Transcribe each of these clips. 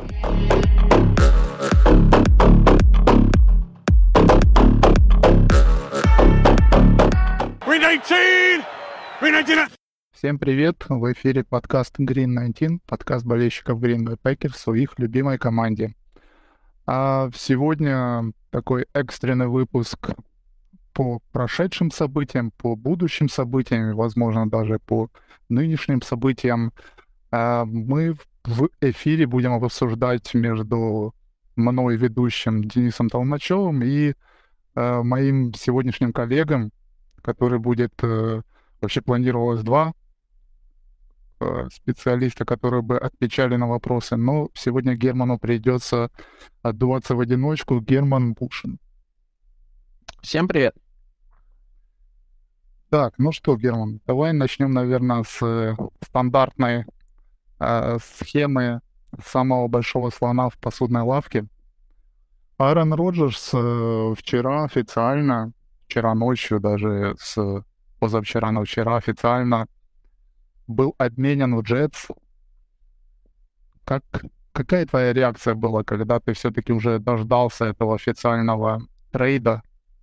Всем привет! В эфире подкаст Green 19, подкаст болельщиков Green Bay Packers о их любимой команде. А сегодня такой экстренный выпуск по прошедшим событиям, по будущим событиям, возможно, даже по нынешним событиям. Мы в эфире будем обсуждать между мной, ведущим Денисом Толмачевым, и моим сегодняшним коллегам, который будет... Вообще планировалось два специалиста, которые бы отвечали на вопросы, но сегодня Герману придется отдуваться в одиночку. Герман Бушин. Всем привет. Так, ну что, Герман, давай начнем, наверное, с стандартной схемы самого большого слона в посудной лавке. Аарон Роджерс вчера ночью даже позавчера, но вчера официально был обменен в Джетс. Какая твоя реакция была, когда ты все-таки уже дождался этого официального трейда?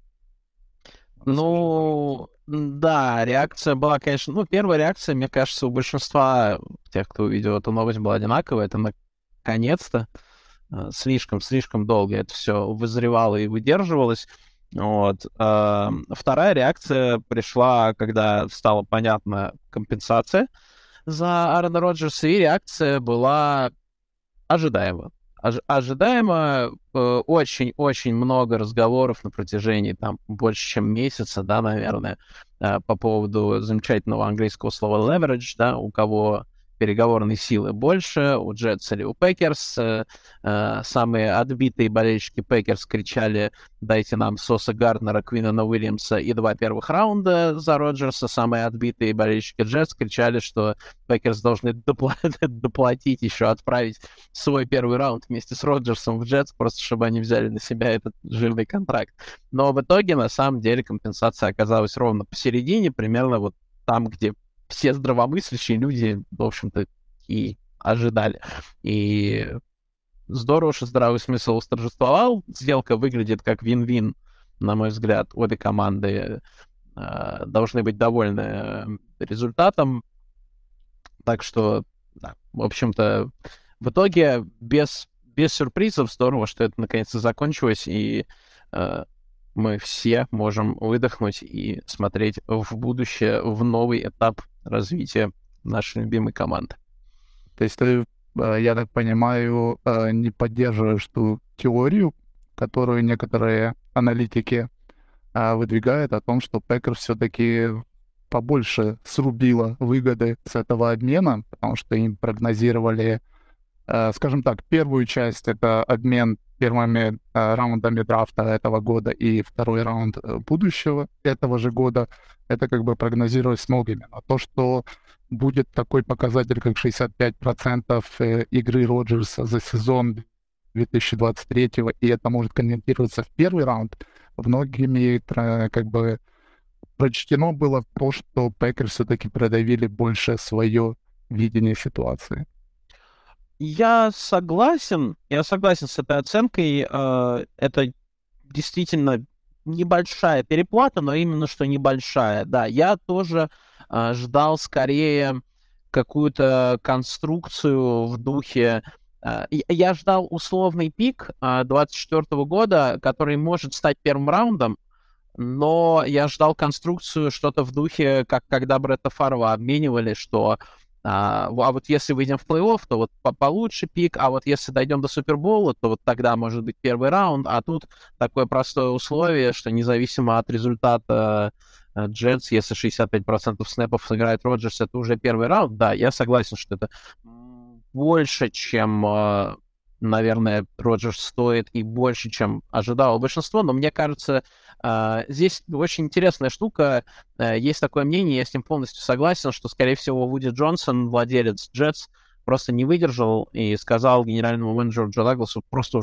Ну, да, реакция была, конечно... первая реакция, мне кажется, у большинства тех, кто увидел эту новость, была одинаковая. Это наконец-то слишком долго это все вызревало и выдерживалось. Вот. Вторая реакция пришла, когда стала понятна компенсация за Аарона Роджерса, и реакция была ожидаема. Ожидаемо. Очень много разговоров на протяжении больше, чем месяца, да, наверное, по поводу замечательного английского слова leverage, да, у кого переговорной силы больше, у Джетс или у Пекерс. Самые отбитые болельщики Пекерс кричали: дайте нам Соса Гарднера, Квинана Уильямса и 2 первых раунда за Роджерса. Самые отбитые болельщики Джетс кричали, что Пекерс должны доплатить, еще отправить свой первый раунд вместе с Роджерсом в Джетс, просто чтобы они взяли на себя этот жирный контракт. Но в итоге, на самом деле, компенсация оказалась ровно посередине, примерно вот там, где все здравомыслящие люди, в общем-то, и ожидали. И здорово, что здравый смысл восторжествовал. Сделка выглядит как вин-вин, на мой взгляд. Обе команды должны быть довольны результатом. Так что, да, в общем-то, в итоге без сюрпризов здорово, что это наконец-то закончилось, и мы все можем выдохнуть и смотреть в будущее, в новый этап развития нашей любимой команды. То есть ты, я так понимаю, не поддерживаешь ту теорию, которую некоторые аналитики выдвигают, о том, что Пекерс все-таки побольше срубила выгоды с этого обмена, потому что им прогнозировали, скажем так, первую часть — это обмен первыми раундами драфта этого года и второй раунд будущего этого же года. Это как бы прогнозировалось многими. Но то, что будет такой показатель, как 65% игры Роджерса за сезон 2023, и это может конвертироваться в первый раунд, многими как бы прочтено было то, что Пекерс все-таки продавили больше свое видение ситуации. Я согласен с этой оценкой. Это действительно небольшая переплата, но именно что небольшая. Да, я тоже ждал скорее какую-то конструкцию в духе... Я ждал условный пик 2024 года, который может стать первым раундом, но я ждал конструкцию что-то в духе, как когда Бретта Фарва обменивали, что вот если выйдем в плей-офф, то вот получше пик, а вот если дойдем до Супербоула, то вот тогда может быть первый раунд, а тут такое простое условие, что независимо от результата Джетс, если 65% снэпов сыграет Роджерс, это уже первый раунд. Да, я согласен, что это больше, чем, наверное, Роджерс стоит, и больше, чем ожидало большинство, но мне кажется, здесь очень интересная штука. Есть такое мнение, я с ним полностью согласен, что, скорее всего, Вуди Джонсон, владелец Джетс, просто не выдержал и сказал генеральному менеджеру Джо Дагласу: просто уже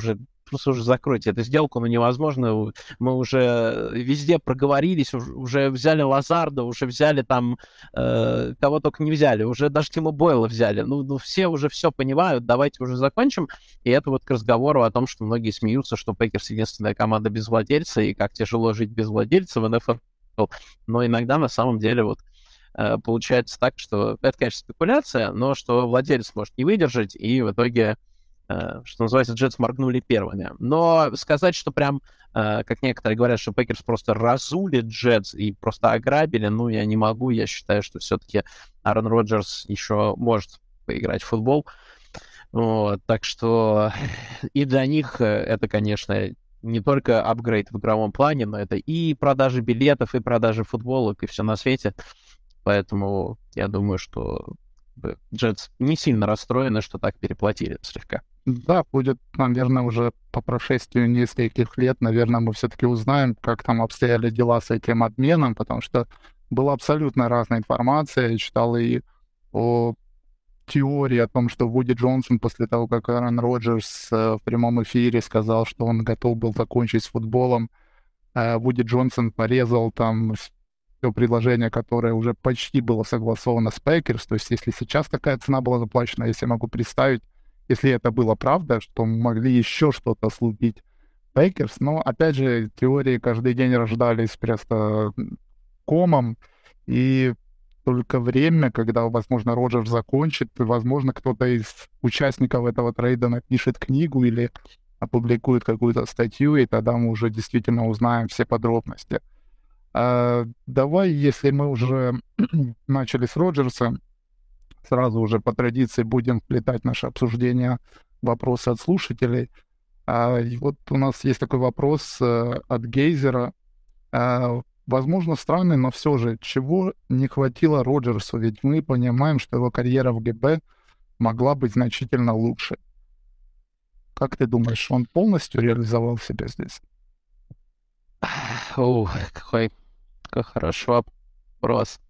просто уже закройте эту сделку, ну невозможно, мы уже везде проговорились, уже взяли Лазарда, уже взяли там, кого только не взяли, уже даже Тима Бойла взяли, ну все уже все понимают, давайте уже закончим, и это вот к разговору о том, что многие смеются, что Пейкерс единственная команда без владельца, и как тяжело жить без владельца в НФЛ, но иногда на самом деле вот получается так, что это, конечно, спекуляция, но что владелец может не выдержать, и в итоге, что называется, Джетс моргнули первыми. Но сказать, что прям, как некоторые говорят, что Пекерс просто разули Джетс и просто ограбили, ну, я не могу. Я считаю, что все-таки Аарон Роджерс еще может поиграть в футбол. Вот, так что и для них это, конечно, не только апгрейд в игровом плане, но это и продажи билетов, и продажи футболок, и все на свете. Поэтому я думаю, что Джетс не сильно расстроены, что так переплатили слегка. Да, будет, наверное, уже по прошествию нескольких лет, наверное, мы все-таки узнаем, как там обстояли дела с этим обменом, потому что была абсолютно разная информация. Я читал и о теории о том, что Вуди Джонсон после того, как Аарон Роджерс в прямом эфире сказал, что он готов был закончить с футболом, Вуди Джонсон порезал там все предложение, которое уже почти было согласовано с Пекерс. То есть если сейчас такая цена была заплачена, если я могу представить, если это было правда, что могли еще что-то слупить Пекерс. Но, опять же, теории каждый день рождались просто комом, и только время, когда, возможно, Роджерс закончит, возможно, кто-то из участников этого трейда напишет книгу или опубликует какую-то статью, и тогда мы уже действительно узнаем все подробности. Давай, если мы уже начали с Роджерса, сразу уже по традиции будем вплетать наше обсуждение вопросы от слушателей. И вот у нас есть такой вопрос от Гейзера. Возможно, странный, но все же, чего не хватило Роджерсу? Ведь мы понимаем, что его карьера в ГБ могла быть значительно лучше. Как ты думаешь, он полностью реализовал себя здесь? Какой хороший вопрос.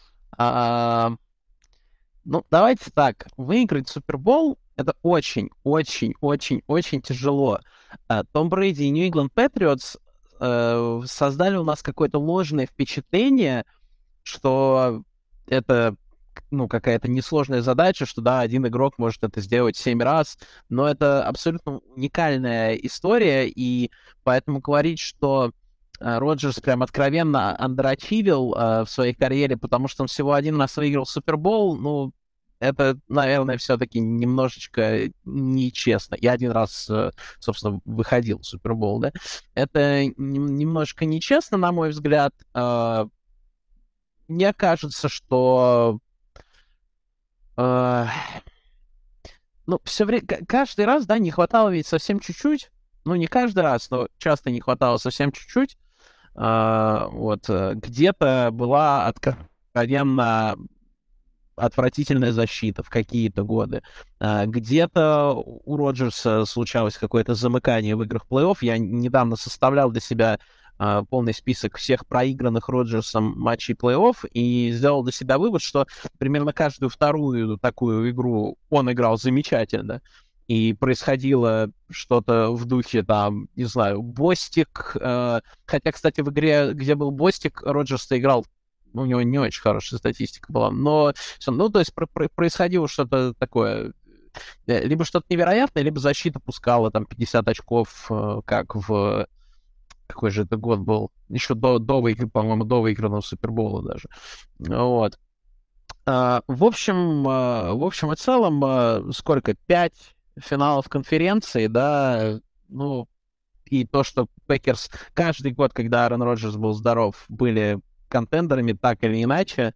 Ну, давайте так. Выиграть Супербол — это очень-очень-очень-очень тяжело. Том Брейди и Нью-Ингланд Патриотс создали у нас какое-то ложное впечатление, что это какая-то несложная задача, что да, один игрок может это сделать 7 раз, но это абсолютно уникальная история, и поэтому говорить, что Роджерс прям откровенно андерачивил в своей карьере, потому что он всего один раз выиграл Супербол, ну, это, наверное, все-таки немножечко нечестно. Я один раз, собственно, выходил в Супербол, да. Это немножко нечестно, на мой взгляд. Мне кажется, что все время, каждый раз, да, не хватало ведь совсем чуть-чуть. Ну, не каждый раз, но часто не хватало совсем чуть-чуть. Вот, где-то была откровенно отвратительная защита в какие-то годы. Где-то у Роджерса случалось какое-то замыкание в играх плей-офф. Я недавно составлял для себя полный список всех проигранных Роджерсом матчей плей-офф и сделал для себя вывод, что примерно каждую вторую такую игру он играл замечательно. И происходило что-то в духе, там, не знаю, Бостик. Хотя, кстати, в игре, где был Бостик, Роджерс играл, у него не очень хорошая статистика была. Но, то есть происходило что-то такое. Либо что-то невероятное, либо защита пускала там 50 очков, как в... Какой же это год был? Еще по-моему, до выигранного Супербола даже. Вот. В общем и целом, сколько? 5 финалов конференции, да, ну, и то, что Пекерс каждый год, когда Аарон Роджерс был здоров, были контендерами, так или иначе,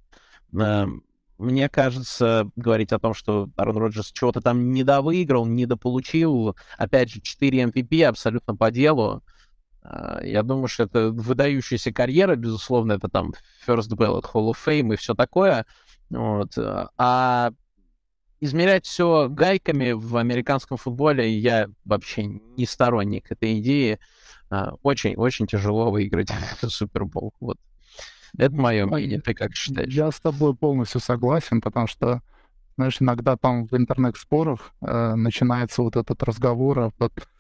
мне кажется, говорить о том, что Аарон Роджерс чего-то там недовыиграл, недополучил, опять же, 4 MVP абсолютно по делу. Я думаю, что это выдающаяся карьера, безусловно, это там First Ballot Hall of Fame и все такое. Вот. А измерять все гайками в американском футболе я вообще не сторонник этой идеи. Очень-очень тяжело выиграть Супербол. Вот. Это мое мнение. Ты как считаешь? Я с тобой полностью согласен, потому что, знаешь, иногда там в интернет-спорах начинается вот этот разговор о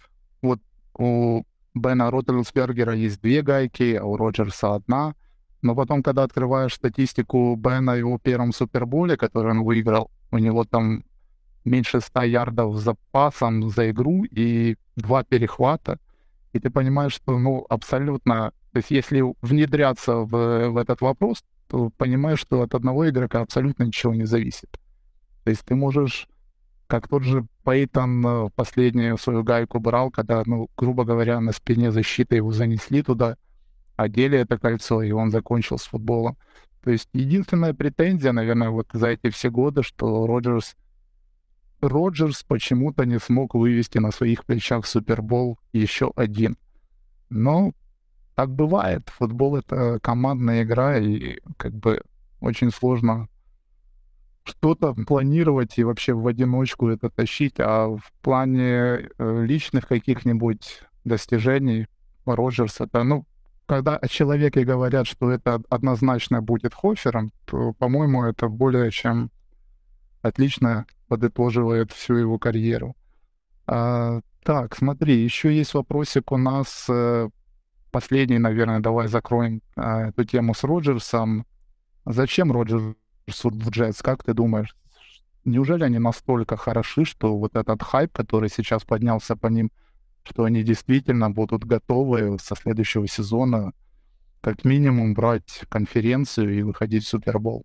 вот у Бена Ротлсбергера есть две гайки, а у Роджерса одна. Но потом, когда открываешь статистику Бена в его первом Суперболе, который он выиграл, у него там меньше 100 ярдов запасом за игру и 2 перехвата. И ты понимаешь, что, ну, абсолютно... То есть если внедряться в этот вопрос, то понимаешь, что от одного игрока абсолютно ничего не зависит. То есть ты можешь, как тот же Пейтон последнюю свою гайку брал, когда, ну, грубо говоря, на спине защиты его занесли туда, одели это кольцо, и он закончил с футболом. То есть единственная претензия, наверное, вот за эти все годы, что Роджерс почему-то не смог вывести на своих плечах Супербол еще один. Но так бывает. Футбол — это командная игра, и как бы очень сложно что-то планировать и вообще в одиночку это тащить. А в плане личных каких-нибудь достижений Роджерс — это, ну, когда о человеке говорят, что это однозначно будет Хофером, то, по-моему, это более чем отлично подытоживает всю его карьеру. Так, смотри, еще есть вопросик у нас. Последний, наверное, давай закроем эту тему с Роджерсом. Зачем Роджерсу в Джетс, как ты думаешь? Неужели они настолько хороши, что вот этот хайп, который сейчас поднялся по ним, что они действительно будут готовы со следующего сезона как минимум брать конференцию и выходить в Супербол?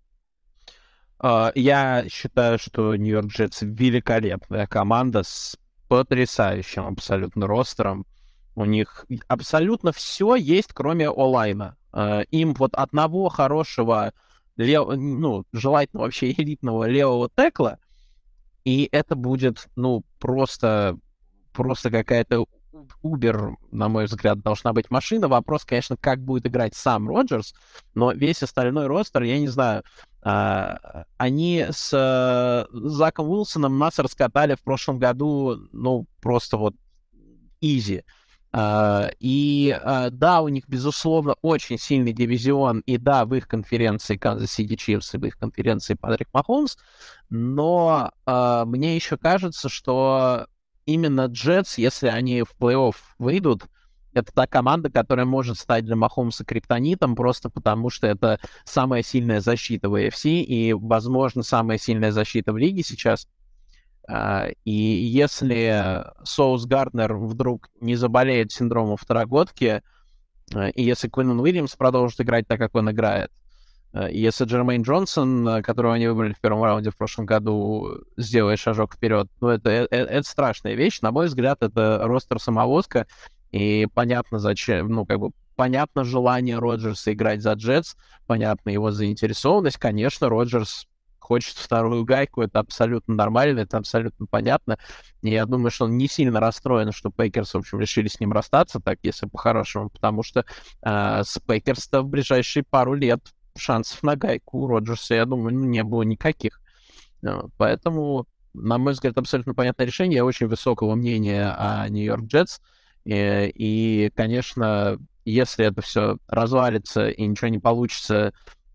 Я считаю, что Нью-Йорк Джетс великолепная команда с потрясающим абсолютно ростером. У них абсолютно все есть, кроме онлайна. Им вот одного хорошего, ну, желательно вообще элитного левого текла, и это будет, ну, просто какая-то Uber, на мой взгляд, должна быть машина. Вопрос, конечно, как будет играть сам Роджерс, но весь остальной ростер, я не знаю, они с Заком Уилсоном нас раскатали в прошлом году, ну, просто вот изи. Да, у них, безусловно, очень сильный дивизион, и да, в их конференции Канзас Сити Чифс, и в их конференции Патрик Махомс, но мне еще кажется, что именно Джетс, если они в плей-офф выйдут, это та команда, которая может стать для Махомса криптонитом, просто потому что это самая сильная защита в AFC и, возможно, самая сильная защита в лиге сейчас. И если Соус Гарднер вдруг не заболеет синдромом второгодки, и если Квиннон Уильямс продолжит играть так, как он играет, и если Джермейн Джонсон, которого они выбрали в первом раунде в прошлом году, сделает шажок вперед, ну, это страшная вещь. На мой взгляд, это ростер-самовозка, и понятно, зачем, ну, как бы, понятно желание Роджерса играть за Джетс, понятна его заинтересованность. Конечно, Роджерс хочет вторую гайку, это абсолютно нормально, это абсолютно понятно. И я думаю, что он не сильно расстроен, что Пейкерс, в общем, решили с ним расстаться, так, если по-хорошему, потому что с Пейкерс-то в ближайшие пару лет шансов на гайку у Роджерса, я думаю, ну, не было никаких. Поэтому, на мой взгляд, абсолютно понятное решение. Я очень высокого мнения о Нью-Йорк Джетс. И, конечно, если это все развалится и ничего не получится,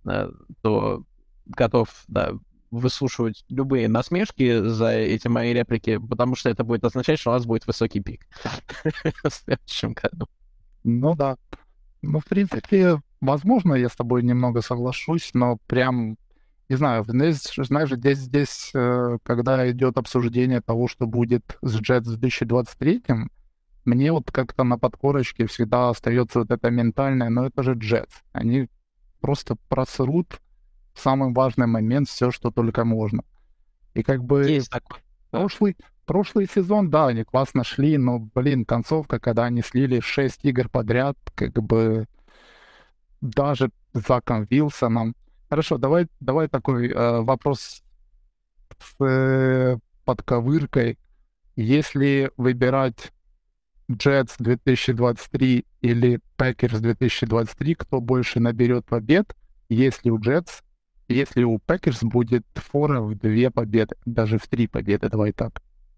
то готов, да, выслушивать любые насмешки за эти мои реплики, потому что это будет означать, что у нас будет высокий пик в следующем году. Ну да. Ну, в принципе, возможно, я с тобой немного соглашусь, но прям, не знаю, знаешь, здесь, когда идет обсуждение того, что будет с Джетс в 2023-м, мне вот как-то на подкорочке всегда остается вот это ментальное, но это же Джетс. Они просто просрут в самый важный момент все, что только можно. И как бы Есть такой. прошлый сезон, да, они классно шли, но, блин, концовка, когда они слили 6 игр подряд, как бы даже с Заком Вилсоном. Хорошо, давай такой вопрос с подковыркой. Если выбирать Джетс 2023 или Пекерс 2023, кто больше наберет побед, если у Джетс, если у Пекерс будет фора в 2 победы, даже в 3 победы, давай так.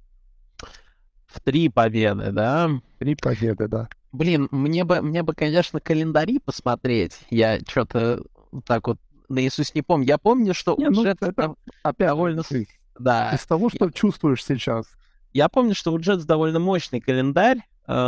В 3 победы, да? 3 победы, да. Блин, мне бы, конечно, календари посмотреть. Я что-то так вот наизусть не помню. Я помню, что Не, у ну Джетс это опять довольно... Да. из того, что чувствуешь сейчас. я помню, что у Джетс довольно мощный календарь.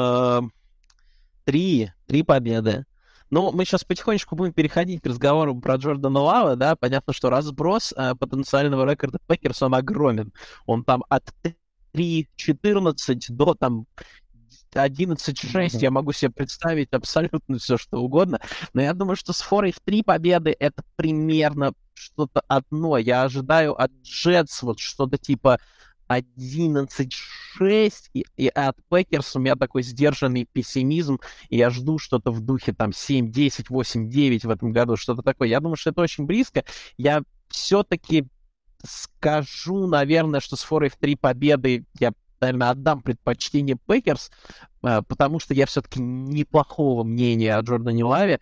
Три победы. Но мы сейчас потихонечку будем переходить к разговору про Джордана Лава, да, понятно, что разброс потенциального рекорда Пекерс, он огромен. Он там от 3-14 до там 11-6, я могу себе представить абсолютно все, что угодно, но я думаю, что с форой в 3 победы это примерно что-то одно. Я ожидаю от Джетс вот что-то типа 11-6, и от Пекерс у меня такой сдержанный пессимизм, и я жду что-то в духе там 7-10, 8-9 в этом году, что-то такое. Я думаю, что это очень близко. Я все-таки скажу, наверное, что с форой в 3 победы я, наверное, отдам предпочтение Пекерс, потому что я все-таки неплохого мнения о Джордане Лаве,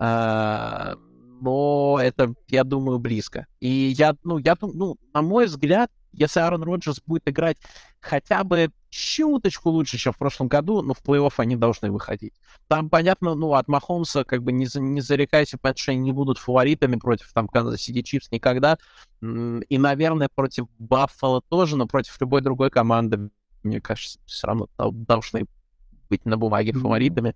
но это, я думаю, близко. И на мой взгляд, если Аарон Роджерс будет играть хотя бы чуточку лучше, чем в прошлом году, но в плей-офф они должны выходить. Там, понятно, от Махомса как бы не зарекайся, потому что они не будут фаворитами против там Канзас-Сити Чифс никогда. И, наверное, против Баффало тоже, но против любой другой команды, мне кажется, все равно должны быть на бумаге фаворитами.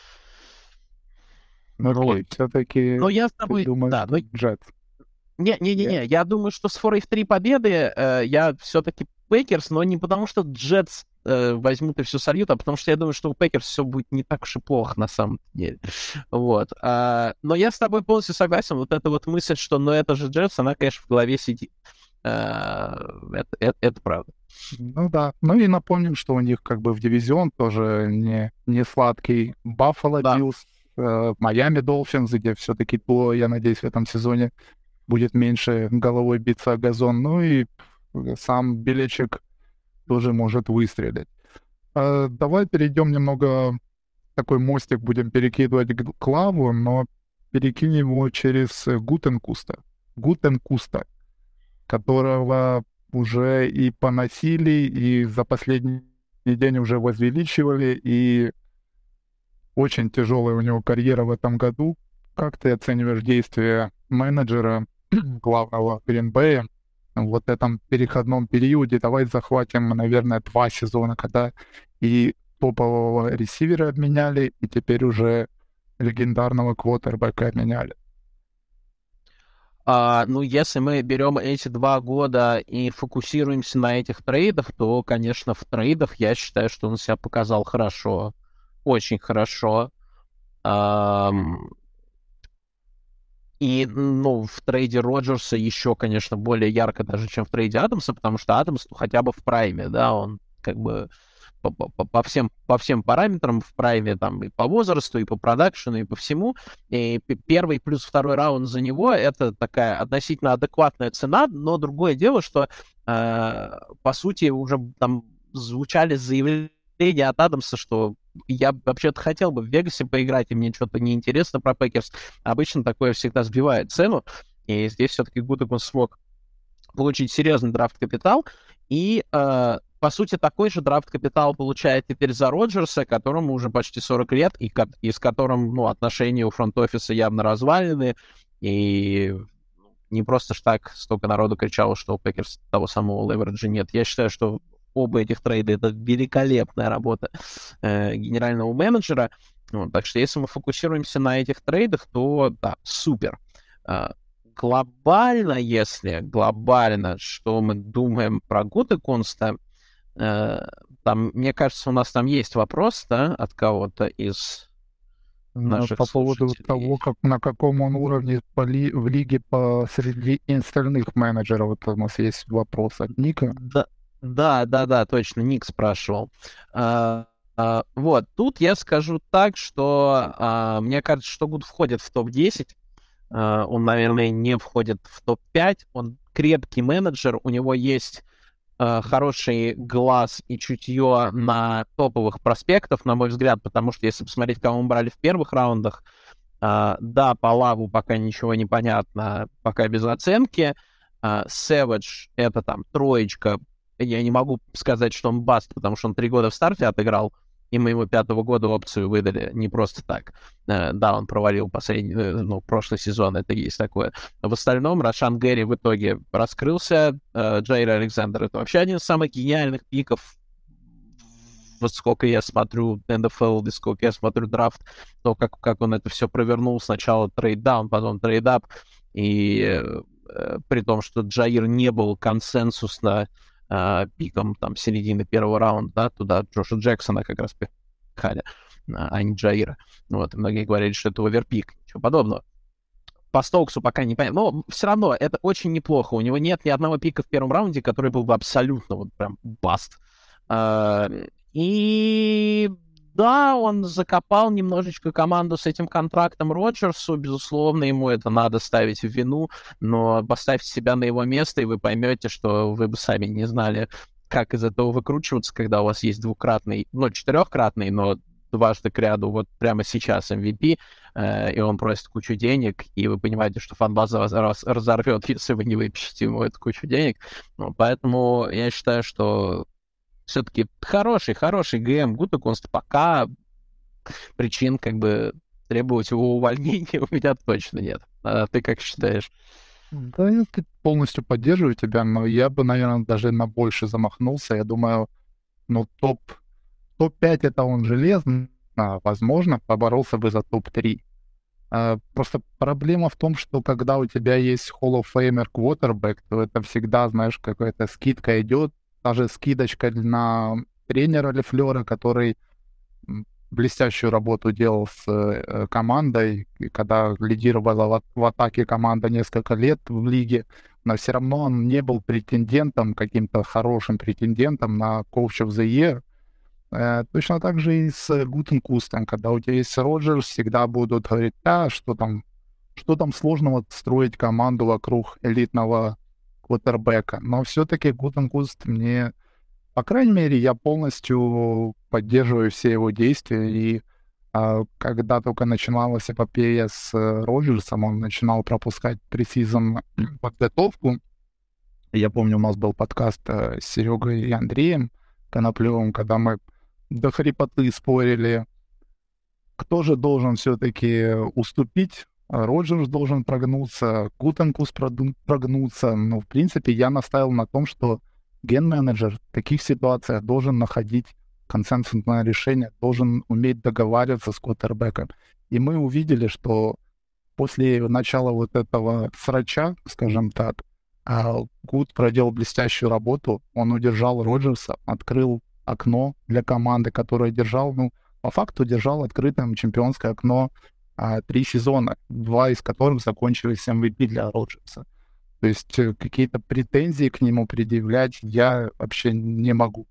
Окей, все-таки но я с тобой... думаешь, Джетс. Не, я думаю, что с форой в 3 победы я все-таки Пекерс, но не потому, что Джетс возьмут и все сольют, а потому что я думаю, что у Пекерс все будет не так уж и плохо на самом деле. Вот. Но я с тобой полностью согласен. Вот эта вот мысль, что это же Джетс, она, конечно, в голове сидит. Это правда. Ну да. Ну и напомним, что у них как бы в дивизион тоже не сладкий. Баффало Биллс, Майами Долфинс, где все-таки то, я надеюсь, в этом сезоне будет меньше головой биться о газон. Ну и сам Беличек тоже может выстрелить. Давай перейдем немного, такой мостик будем перекидывать к Лаву, но перекинем его через Гутенкуста, которого уже и поносили, и за последний день уже возвеличивали, и очень тяжелая у него карьера в этом году. Как ты оцениваешь действия менеджера главного Green Bay в вот этом переходном периоде? Давай захватим, наверное, 2 сезона, когда и топового ресивера обменяли, и теперь уже легендарного квотербека обменяли. Если мы берем эти 2 года и фокусируемся на этих трейдах, то, конечно, в трейдах я считаю, что он себя показал хорошо, очень хорошо. И, в трейде Роджерса еще, конечно, более ярко даже, чем в трейде Адамса, потому что Адамс хотя бы в прайме, да, он как бы по всем параметрам в прайме, там, и по возрасту, и по продакшену, и по всему. И первый плюс второй раунд за него — это такая относительно адекватная цена, но другое дело, что, по сути, уже там звучали заявления от Адамса, что я вообще-то хотел бы в Вегасе поиграть, и мне что-то неинтересно про Пекерс. Обычно такое всегда сбивает цену, и здесь все-таки Гудекун смог получить серьезный драфт-капитал, и, по сути, такой же драфт-капитал получает теперь за Роджерса, которому уже почти 40 лет, и с которым, отношения у фронт-офиса явно развалены, и не просто ж так столько народу кричало, что у Пекерс того самого левериджа нет. Я считаю, что оба этих трейда — это великолепная работа генерального менеджера. Так что если мы фокусируемся на этих трейдах, то да, супер. Глобально, что мы думаем про Гутекунста, там, мне кажется, у нас там есть вопрос, да, от кого-то из наших по поводу того, на каком он уровне в лиге среди остальных менеджеров. Вот у нас есть вопрос от Ника. Да, точно, Ник спрашивал. Вот, тут я скажу так, что мне кажется, что Гуд входит в топ-10. Он, наверное, не входит в топ-5. Он крепкий менеджер, у него есть хороший глаз и чутье на топовых проспектов, на мой взгляд, потому что если посмотреть, кого мы брали в первых раундах, да, по Лаву пока ничего не понятно, пока без оценки. Сэвидж — это там троечка. Я не могу сказать, что он баст, потому что он 3 года в старте отыграл, и мы ему 5-го года опцию выдали не просто так. Да, он провалил прошлый сезон, это есть такое. Но в остальном Рашан Гэри в итоге раскрылся. Джейр Александр — это вообще один из самых гениальных пиков вот сколько я смотрю NFL, и сколько я смотрю драфт, то, как он это все провернул. Сначала трейд-даун, потом трейд-ап. И при том, что Джаир не был консенсусно пиком там середины первого раунда, да, туда Джоша Джексона как раз пихали, а не Джаира. Вот, и многие говорили, что это оверпик, ничего подобного. По Стоуксу пока не понятно, но все равно это очень неплохо. У него нет ни одного пика в первом раунде, который был бы абсолютно вот прям баст. И да, он закопал немножечко команду с этим контрактом Роджерсу. Безусловно, ему это надо ставить в вину, но поставьте себя на его место, и вы поймете, что вы бы сами не знали, как из этого выкручиваться, когда у вас есть двукратный, ну, четырехкратный, но дважды к ряду вот прямо сейчас MVP, и он просит кучу денег, и вы понимаете, что фан-база вас разорвет, если вы не выпишете ему эту кучу денег. Ну, поэтому я считаю, что все-таки хороший ГМ Гутекунст, пока причин как бы требовать его увольнения у меня точно нет. А ты как считаешь? Да, я полностью поддерживаю тебя, но я бы, наверное, даже на больше замахнулся. Я думаю, ну, топ-5 это он железно, возможно, поборолся бы за топ-3. Просто проблема в том, что когда у тебя есть Hall of Famer квотербэк, то это всегда, знаешь, какая-то скидка идет, даже скидочка на тренера Лефлера, который блестящую работу делал с командой, и когда лидировала в атаке команда несколько лет в лиге, но все равно он не был претендентом, каким-то хорошим претендентом на Coach of the Year. Точно так же и с Гутенкустом, когда у тебя есть Роджерс, всегда будут говорить, что там сложного строить команду вокруг элитного квотербека. Но все-таки Гутенкуст мне, по крайней мере, я полностью поддерживаю все его действия. И когда только начиналась эпопея с Роджерсом, он начинал пропускать пресизон подготовку. Я помню, у нас был подкаст с Серегой и Андреем Коноплевым, когда мы до хрипоты спорили, кто же должен все-таки уступить. Роджерс должен прогнуться, Гутенкуст прогнуться. Но, в принципе, я настаивал на том, что ген-менеджер в таких ситуациях должен находить консенсусное решение, должен уметь договариваться с квотербеком. И мы увидели, что после начала вот этого срача, скажем так, Гуд проделал блестящую работу. Он удержал Роджерса, открыл окно для команды, которая держал, по факту держал открытым чемпионское окно 3 сезона, 2 из которых закончились MVP для Роджерса. То есть какие-то претензии к нему предъявлять я вообще не могу.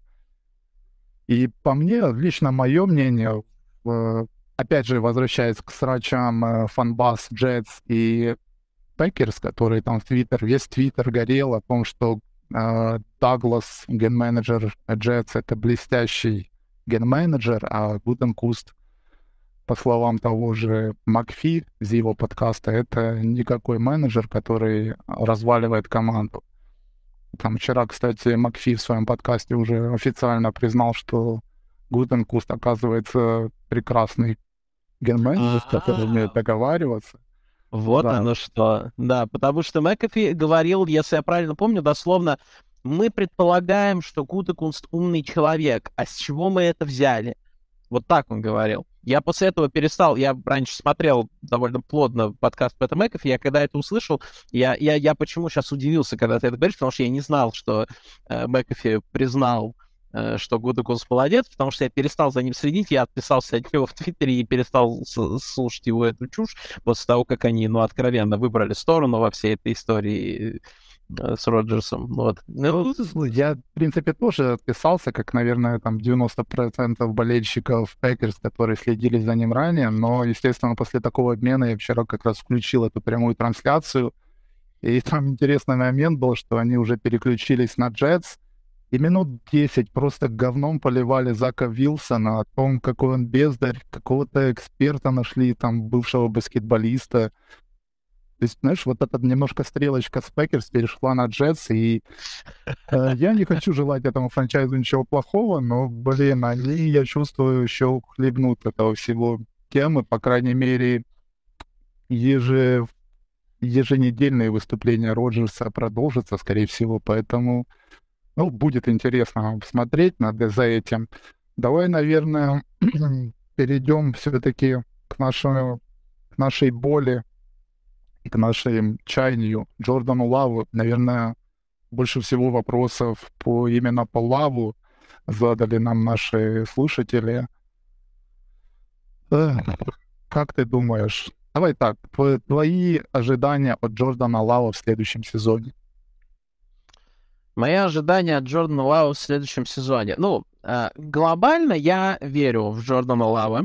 И по мне, лично мое мнение, опять же, возвращаясь к срачам фанбас, Джетс и Пекерс, которые там весь Твиттер горел о том, что Даглас, ген-менеджер Джетс, это блестящий ген-менеджер, а Гутенкуст, по словам того же Макфи из его подкаста, это никакой менеджер, который разваливает команду. Там вчера, кстати, Макфи в своем подкасте уже официально признал, что Гутенкуст, оказывается, прекрасный ген-менеджер, который умеет договариваться. Вот да. Оно что. Да, потому что Макафи говорил, если я правильно помню, дословно, мы предполагаем, что Гутекунст умный человек. А с чего мы это взяли? Вот так он говорил. Я после этого перестал, я раньше смотрел довольно плотно подкаст Пэта Макафи, я когда это услышал, я почему сейчас удивился, когда ты это говоришь, потому что я не знал, что Макафи признал, что Гутекунст молодец, потому что я перестал за ним следить, я отписался от него в Твиттере и перестал слушать его эту чушь после того, как они, откровенно выбрали сторону во всей этой истории с Роджерсом. Вот. Я, в принципе, тоже отписался, как, наверное, там 90% болельщиков Пекерс, которые следили за ним ранее, но, естественно, после такого обмена я вчера как раз включил эту прямую трансляцию, и там интересный момент был, что они уже переключились на Джетс, и минут 10 просто говном поливали Зака Вилсона о том, какой он бездарь, какого-то эксперта нашли, там, бывшего баскетболиста. То есть, знаешь, вот эта немножко стрелочка с Пекерс перешла на Джетс, и я не хочу желать этому франчайзу ничего плохого, но, они, я чувствую, еще хлебнут этого всего темы, по крайней мере, еженедельные выступления Роджерса продолжатся, скорее всего, поэтому, будет интересно смотреть за этим. Давай, наверное, перейдем все-таки к нашей боли и к нашим чаянию. Джордану Лаву, наверное, больше всего вопросов именно по Лаву задали нам наши слушатели. Эх, как ты думаешь? Давай так, твои ожидания от Джордана Лава в следующем сезоне? Мои ожидания от Джордана Лава в следующем сезоне. Ну, глобально я верю в Джордана Лава.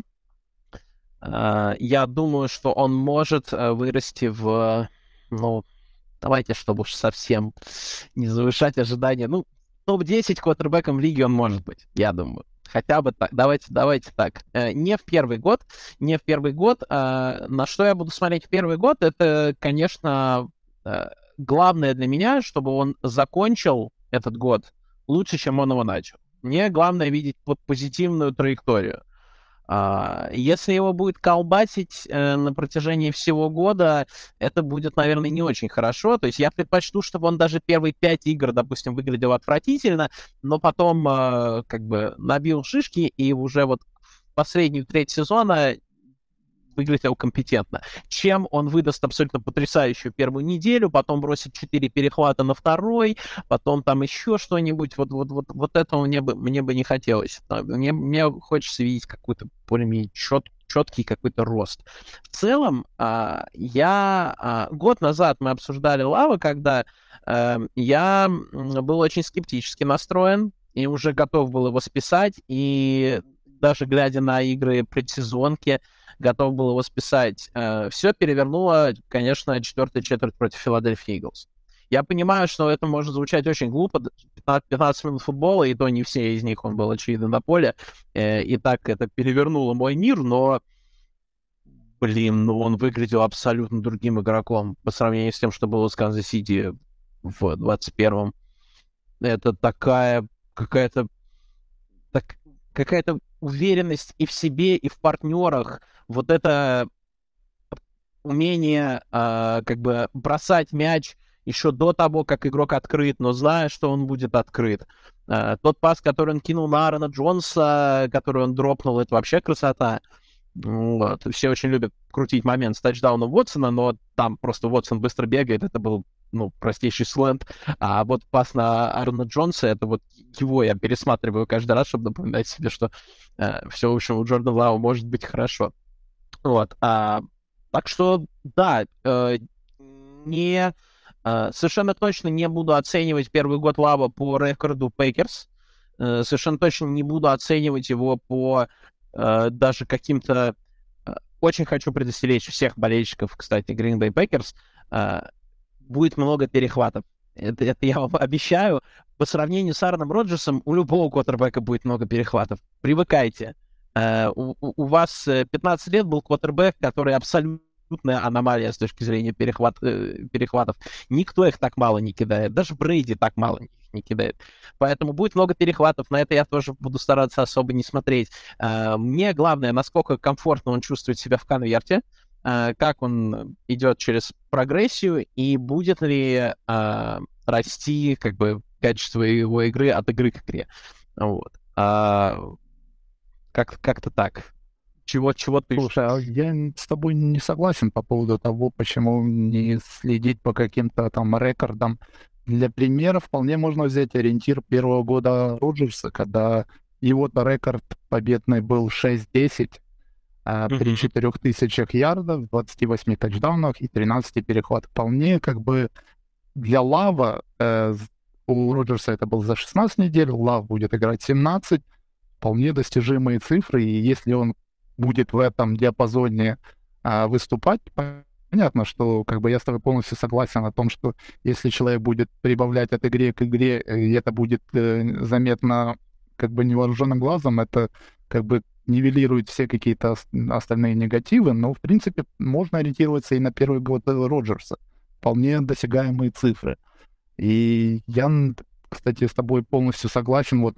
Я думаю, что он может вырасти ну, давайте, чтобы уж совсем не завышать ожидания. Ну, топ-10 квотербеком в лиге он может быть, я думаю. Хотя бы так. Давайте так. Не в первый год. Не в первый год. На что я буду смотреть в первый год, это, конечно, главное для меня, чтобы он закончил этот год лучше, чем он его начал. Мне главное видеть позитивную траекторию. Если его будет колбасить на протяжении всего года, это будет, наверное, не очень хорошо. То есть я предпочту, чтобы он даже первые 5 игр, допустим, выглядел отвратительно, но потом как бы набил шишки и уже вот в последнюю треть сезона выглядел компетентно. Чем он выдаст абсолютно потрясающую первую неделю, потом бросит 4 перехвата на второй, потом там еще что-нибудь. Вот этого мне бы не хотелось. Мне хочется видеть какой-то более-менее четкий какой-то рост. В целом, год назад мы обсуждали Лава, когда я был очень скептически настроен и уже готов был его списать, и даже глядя на игры предсезонки, готов был его списать. Все перевернуло, конечно, четвертая четверть против Филадельфии Иглс. Я понимаю, что это может звучать очень глупо, 15 минут футбола, и то не все из них он был, очевидно, на поле, и так это перевернуло мой мир, но, блин, ну он выглядел абсолютно другим игроком по сравнению с тем, что было с Канзас-Сити в 21-м. Это такая какая-то какая-то уверенность и в себе, и в партнерах. Вот это умение как бы бросать мяч еще до того, как игрок открыт, но зная, что он будет открыт. Тот пас, который он кинул на Аарона Джонса, который он дропнул, это вообще красота. Вот. Все очень любят крутить момент с тачдауном Уотсона, но там просто Уотсон быстро бегает, это был, ну, простейший сленд. А вот пас на Аарона Джонса, это вот его я пересматриваю каждый раз, чтобы напоминать себе, что все, в общем, у Джордана Лава может быть хорошо. Вот. Так что, да, совершенно точно не буду оценивать первый год Лава по рекорду Пейкерс. Совершенно точно не буду оценивать его по даже каким-то... Очень хочу предостеречь всех болельщиков, кстати, Green Bay Packers. Будет много перехватов. Это я вам обещаю. По сравнению с Аароном Роджерсом, у любого квотербека будет много перехватов. Привыкайте. У вас 15 лет был квотербек, который абсолютная аномалия с точки зрения перехватов. Никто их так мало не кидает. Даже Брейди так мало не кидает. Поэтому будет много перехватов. На это я тоже буду стараться особо не смотреть. Мне главное, насколько комфортно он чувствует себя в конверте, как он идет через прогрессию, и будет ли расти как бы качество его игры от игры к игре. Вот. Как-то так. Чего ты... Слушай, а я с тобой не согласен по поводу того, почему не следить по каким-то там рекордам. Для примера вполне можно взять ориентир первого года Роджерса, когда его-то рекорд победный был 6-10 при 4000 ярдах, 28 тачдаунах и 13 перехватах. Вполне как бы для Лава, у Роджерса это был за 16 недель, Лав будет играть 17, вполне достижимые цифры, и если он будет в этом диапазоне выступать, понятно, что как бы я с тобой полностью согласен о том, что если человек будет прибавлять от игры к игре, и это будет заметно как бы невооруженным глазом, это как бы нивелирует все какие-то остальные негативы, но в принципе можно ориентироваться и на первый год Роджерса. Вполне досягаемые цифры. И я, кстати, с тобой полностью согласен, вот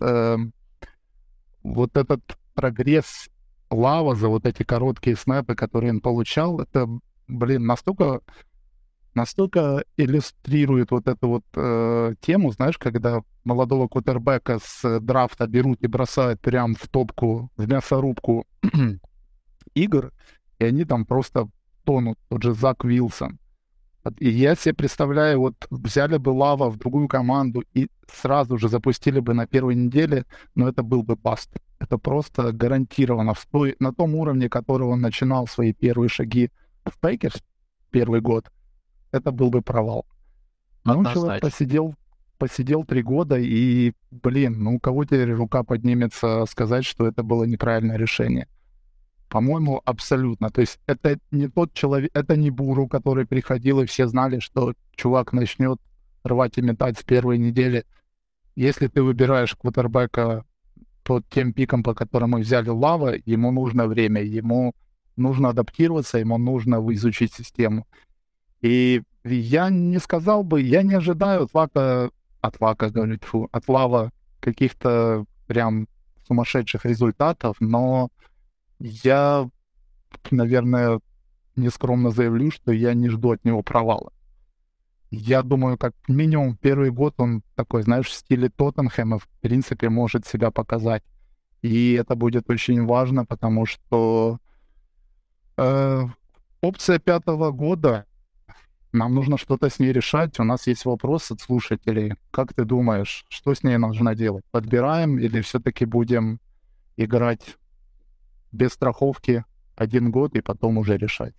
этот прогресс Лава за вот эти короткие снэпы, которые он получал, это, блин, настолько настолько иллюстрирует вот эту вот тему, знаешь, когда молодого квотербека с драфта берут и бросают прям в топку, в мясорубку игр, и они там просто тонут. Тот же Зак Вилсон. И я себе представляю, вот взяли бы Лава в другую команду и сразу же запустили бы на первой неделе, но это был бы баст. Это просто гарантированно на том уровне, которого он начинал свои первые шаги в Пейкерс первый год, это был бы провал. Но человек Однозначно. посидел 3 года, и, блин, ну у кого теперь рука поднимется сказать, что это было неправильное решение? По-моему, абсолютно. То есть это не тот человек, это не Буру, который приходил, и все знали, что чувак начнет рвать и метать с первой недели. Если ты выбираешь квотербека по тем пикам, по которым мы взяли Лава, ему нужно время, ему нужно адаптироваться, ему нужно изучить систему. И я не сказал бы, я не ожидаю говорю, тьфу, от Лава каких-то прям сумасшедших результатов, но я, наверное, нескромно заявлю, что я не жду от него провала. Я думаю, как минимум первый год он такой, знаешь, в стиле Тоттенхэма, в принципе, может себя показать. И это будет очень важно, потому что э, опция 5-го года, нам нужно что-то с ней решать. У нас есть вопрос от слушателей. Как ты думаешь, что с ней нужно делать? Подбираем или все-таки будем играть без страховки 1 год и потом уже решать?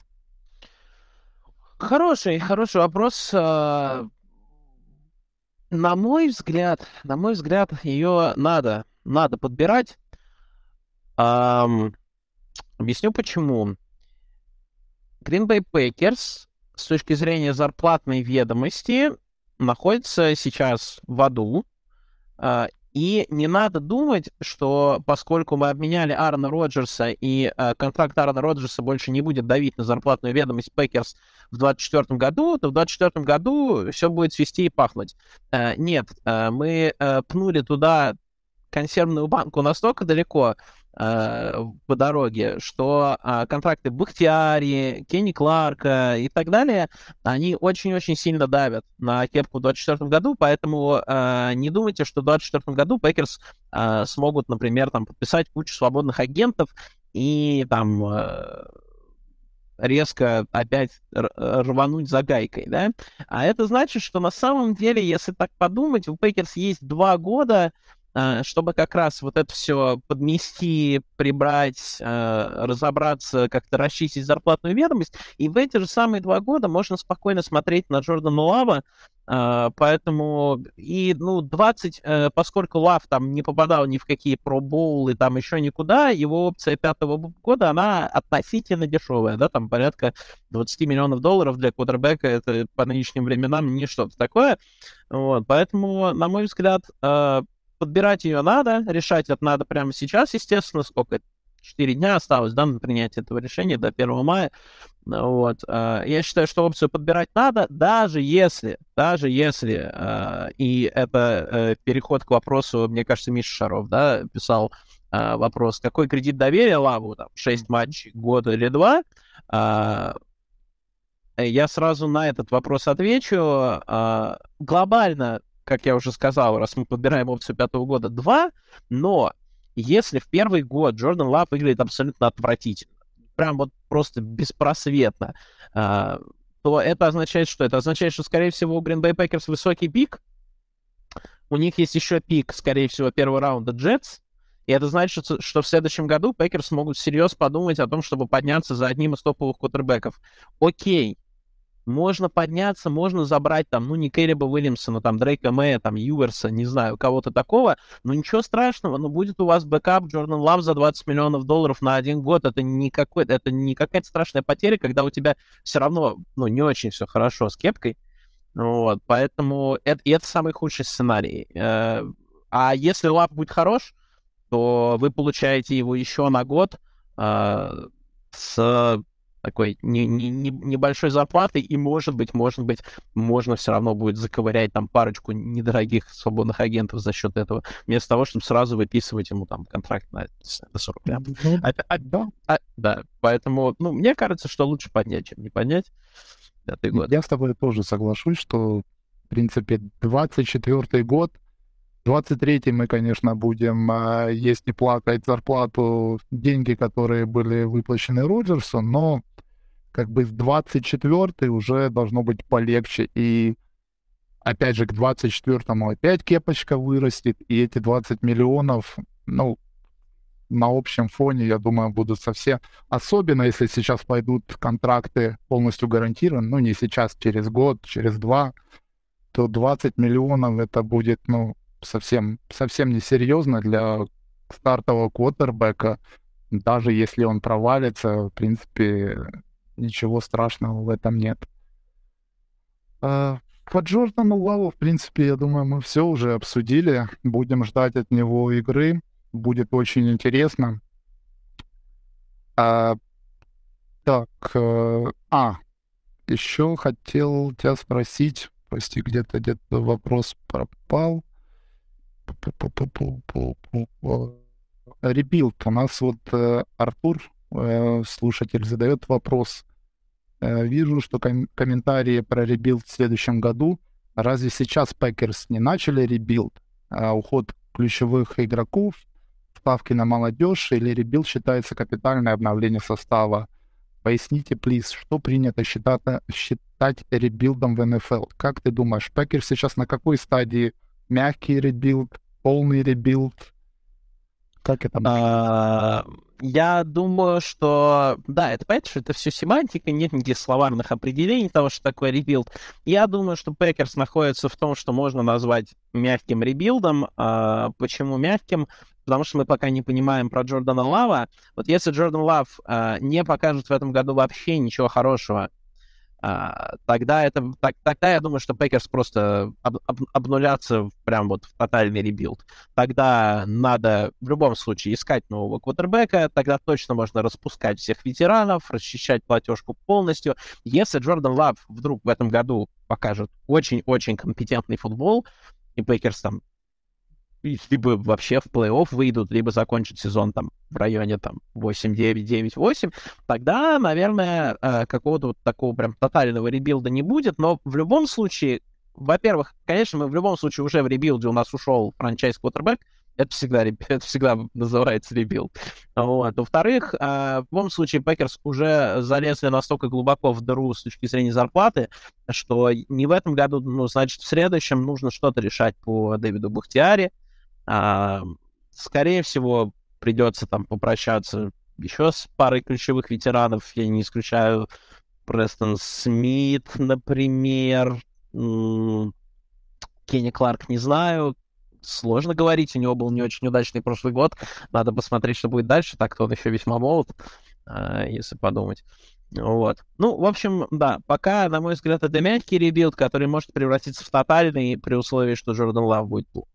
Хороший вопрос. На мой взгляд, ее надо подбирать. Ам, Объясню почему. Green Bay Packers с точки зрения зарплатной ведомости находится сейчас в аду. И не надо думать, что поскольку мы обменяли Аарона Роджерса, и контракт Аарона Роджерса больше не будет давить на зарплатную ведомость Пекерс в 2024 году, то в 2024 году все будет свести и пахнуть. Нет, мы пнули туда консервную банку настолько далеко по дороге, что контракты Бахтиари, Кенни Кларка и так далее, они очень-очень сильно давят на кепку в 2024 году, поэтому не думайте, что в 2024 году Пекерс смогут, например, там, подписать кучу свободных агентов и там резко опять рвануть за гайкой, да? А это значит, что на самом деле, если так подумать, у Пекерс есть 2 года, чтобы как раз вот это все подмести, прибрать, разобраться, как-то расчистить зарплатную ведомость. И в эти же самые 2 года можно спокойно смотреть на Джордана Лава. Поэтому и, 20, поскольку Лав там не попадал ни в какие пробоулы, там еще никуда, его опция 5-го года, она относительно дешевая, да, там порядка $20 миллионов для квотербека, это по нынешним временам не что-то такое. Вот, поэтому, на мой взгляд, подбирать ее надо, решать это надо прямо сейчас, естественно, сколько, 4 дня осталось, да, на принятие этого решения до 1 мая. Вот. Я считаю, что опцию подбирать надо, даже если, и это переход к вопросу, мне кажется, Миша Шаров, да, писал вопрос, какой кредит доверия Лаву, там, 6 матчей, год или 2, я сразу на этот вопрос отвечу. Глобально, как я уже сказал, раз мы подбираем опцию 5-го года, 2, но если в первый год Джордан Лав выглядит абсолютно отвратительно, прям вот просто беспросветно, то это означает что? Это означает, что, скорее всего, у Green Bay Packers высокий пик, у них есть еще пик, скорее всего, первого раунда Jets, и это значит, что в следующем году Packers могут всерьез подумать о том, чтобы подняться за одним из топовых квотербеков. Окей, можно подняться, можно забрать там, не Кэлеба Уильямсона, там, Дрейка Мэя, там, Юверса, не знаю, кого-то такого, но ничего страшного, будет у вас бэкап Джордан Лав за $20 миллионов на 1 год, это не какая-то страшная потеря, когда у тебя все равно, не очень все хорошо с кепкой, вот, поэтому это самый худший сценарий. А если Лав будет хорош, то вы получаете его еще на год с такой небольшой зарплатой, и, может быть, можно все равно будет заковырять там парочку недорогих свободных агентов за счет этого, вместо того, чтобы сразу выписывать ему там контракт на 40 прям. Да. Да, поэтому, мне кажется, что лучше поднять, чем не поднять. 5-й год. Я с тобой тоже соглашусь, что, в принципе, 24-й год, 23-й мы, конечно, будем есть и плакать зарплату, деньги, которые были выплачены Роджерсу, но как бы с 24-й уже должно быть полегче. И опять же, к 24-му опять кепочка вырастет, и эти 20 миллионов, ну, на общем фоне, я думаю, будут совсем... Особенно, если сейчас пойдут контракты полностью гарантированы, ну, не сейчас, через год, через два, то 20 миллионов это будет, ну, совсем несерьезно для стартового квотербека. Даже если он провалится, в принципе, ничего страшного в этом нет. По Джордану Лаву, в принципе, я думаю, мы все уже обсудили. Будем ждать от него игры. Будет очень интересно. А, так, еще хотел тебя спросить. Прости, где-то вопрос пропал. Ребилд. У нас вот Артур, слушатель, задает вопрос. Вижу, что комментарии про ребилд в следующем году. Разве сейчас Пекерс не начали ребилд? Уход ключевых игроков, ставки на молодежь или ребилд считается капитальное обновление состава? Поясните, плиз, что принято считать ребилдом в НФЛ? Как ты думаешь, Пекерс сейчас на какой стадии? Мягкий ребилд, полный ребилд? Как это? Я думаю, что... Да, это понятно, что это все семантика, нет никаких словарных определений того, что такое ребилд. Я думаю, что Пекерс находится в том, что можно назвать мягким ребилдом. Почему мягким? Потому что мы пока не понимаем про Джордана Лава. Вот если Джордан Лав не покажет в этом году вообще ничего хорошего, тогда я думаю, что Пекерс просто обнулятся прям вот в тотальный ребилд. Тогда надо в любом случае искать нового квотербека, тогда точно можно распускать всех ветеранов, расчищать платежку полностью. Если Джордан Лав вдруг в этом году покажет очень-очень компетентный футбол, и Пекерс там либо вообще в плей-офф выйдут, либо закончат сезон там в районе там 8-9, 9-8, тогда, наверное, какого-то вот такого прям тотального ребилда не будет, но в любом случае, во-первых, конечно, мы в любом случае уже в ребилде у нас ушел франчайз-квотербэк, это всегда называется ребилд. Вот. Во-вторых, в любом случае, Пекерс уже залезли настолько глубоко в дыру с точки зрения зарплаты, что не в этом году, ну, значит, в следующем нужно что-то решать по Дэвиду Бахтиари. Скорее всего, придется там попрощаться еще с парой ключевых ветеранов. Я не исключаю Престон Смит, например. Кенни Кларк не знаю. Сложно говорить, у него был не очень удачный прошлый год. Надо посмотреть, что будет дальше. Так-то он еще весьма молод, если подумать. Вот. Ну, в общем, да, пока, на мой взгляд, это мягкий ребилд, который может превратиться в тотальный при условии, что Джордан Лав будет плохо.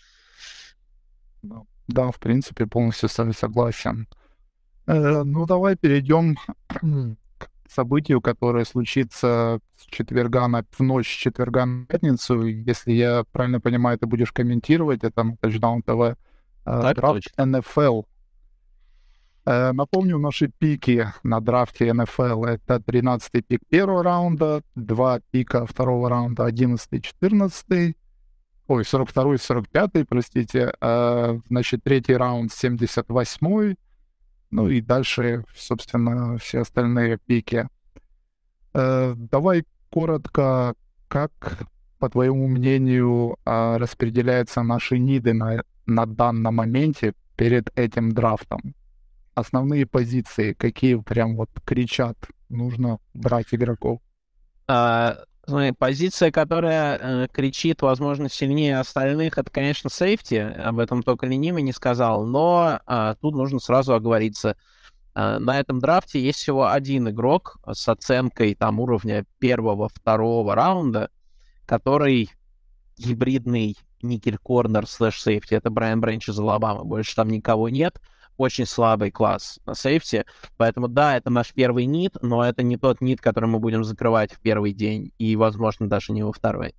Да, в принципе, полностью с вами согласен. Ну, давай перейдем к событию, которое случится в ночь с четверга на пятницу. Если я правильно понимаю, ты будешь комментировать это на Touchdown TV. Драфт НФЛ. Напомню, наши пики на драфте НФЛ — это 13-й пик первого раунда, 2 пика второго раунда, 11-й, 14-й, 42-й, 45-й, простите, значит, третий раунд, 78-й, ну и дальше, собственно, все остальные пики. Давай коротко, как, по твоему мнению, распределяются наши ниды на данном моменте перед этим драфтом? Основные позиции, какие прям вот кричат, нужно брать игроков? Позиция, которая кричит, возможно, сильнее остальных, это, конечно, сейфти. Об этом только ленивый не сказал. Но тут нужно сразу оговориться. На этом драфте есть всего один игрок с оценкой там уровня первого-второго раунда, который гибридный никель-корнер слэш-сейфти. Это Брайан Бренч из Алабамы. Больше там никого нет. Очень слабый класс на сейфти. Поэтому, да, это наш первый нид, но это не тот нид, который мы будем закрывать в первый день и, возможно, даже не во второй.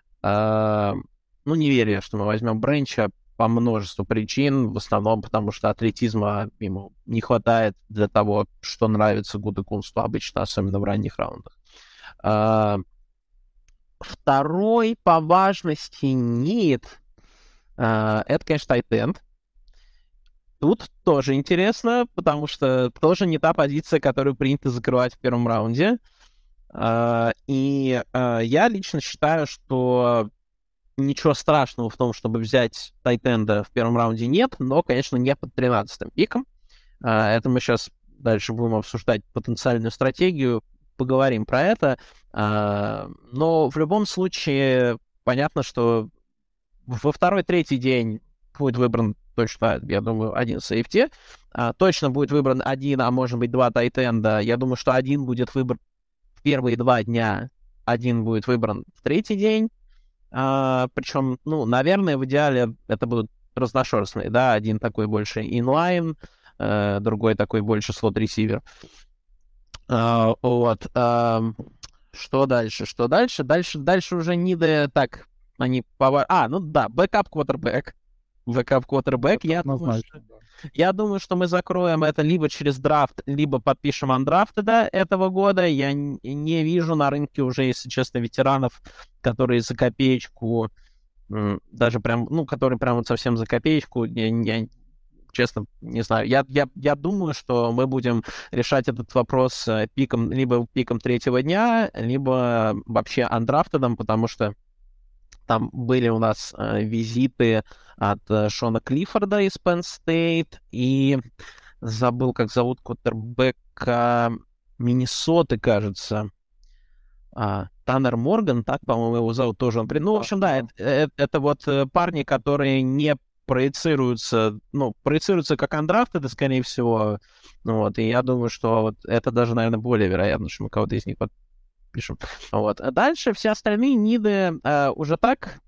Не верю я, что мы возьмем Бренча по множеству причин, в основном потому, что атлетизма ему не хватает для того, что нравится Гудекунсту обычно, особенно в ранних раундах. А, Второй по важности нет. Это, конечно, тайтенд. Тут тоже интересно, потому что тоже не та позиция, которую принято закрывать в первом раунде. Я лично считаю, что ничего страшного в том, чтобы взять тайтенда в первом раунде нет, но, конечно, не под 13-м пиком. Это мы сейчас дальше будем обсуждать потенциальную стратегию, поговорим про это. Но в любом случае понятно, что во второй-третий день будет выбран точно, я думаю, один сейфти. Точно будет выбран один, а может быть два тайтенда. Я думаю, что один будет выбран в первые 2 дня, один будет выбран в третий день. Причем, ну, наверное, в идеале это будут разношерстные, да, один такой больше инлайн, другой такой больше слот-ресивер. Вот. Что дальше? Что дальше? Дальше уже ниды так, они ну да, бэкап-квотербэк. Бэкап-квотербэк, я думаю, что мы закроем это либо через драфт, либо подпишем андрафтеда этого года. Я не вижу на рынке уже, если честно, ветеранов, которые за копеечку, даже прям, ну, которые прям вот совсем за копеечку, я честно не знаю. Я думаю, что мы будем решать этот вопрос либо пиком третьего дня, либо вообще андрафтедом, потому что там были у нас визиты от Шона Клиффорда из Penn State и забыл, как зовут квотербека Миннесоты, кажется. Таннер Морган, так, по-моему, его зовут тоже. Ну, в общем, да, это вот парни, которые не проецируются как андрафтеды, скорее всего. Ну, вот, и я думаю, что вот это даже, наверное, более вероятно, что мы кого-то из них подпишем. Вот. А дальше все остальные ниды уже так.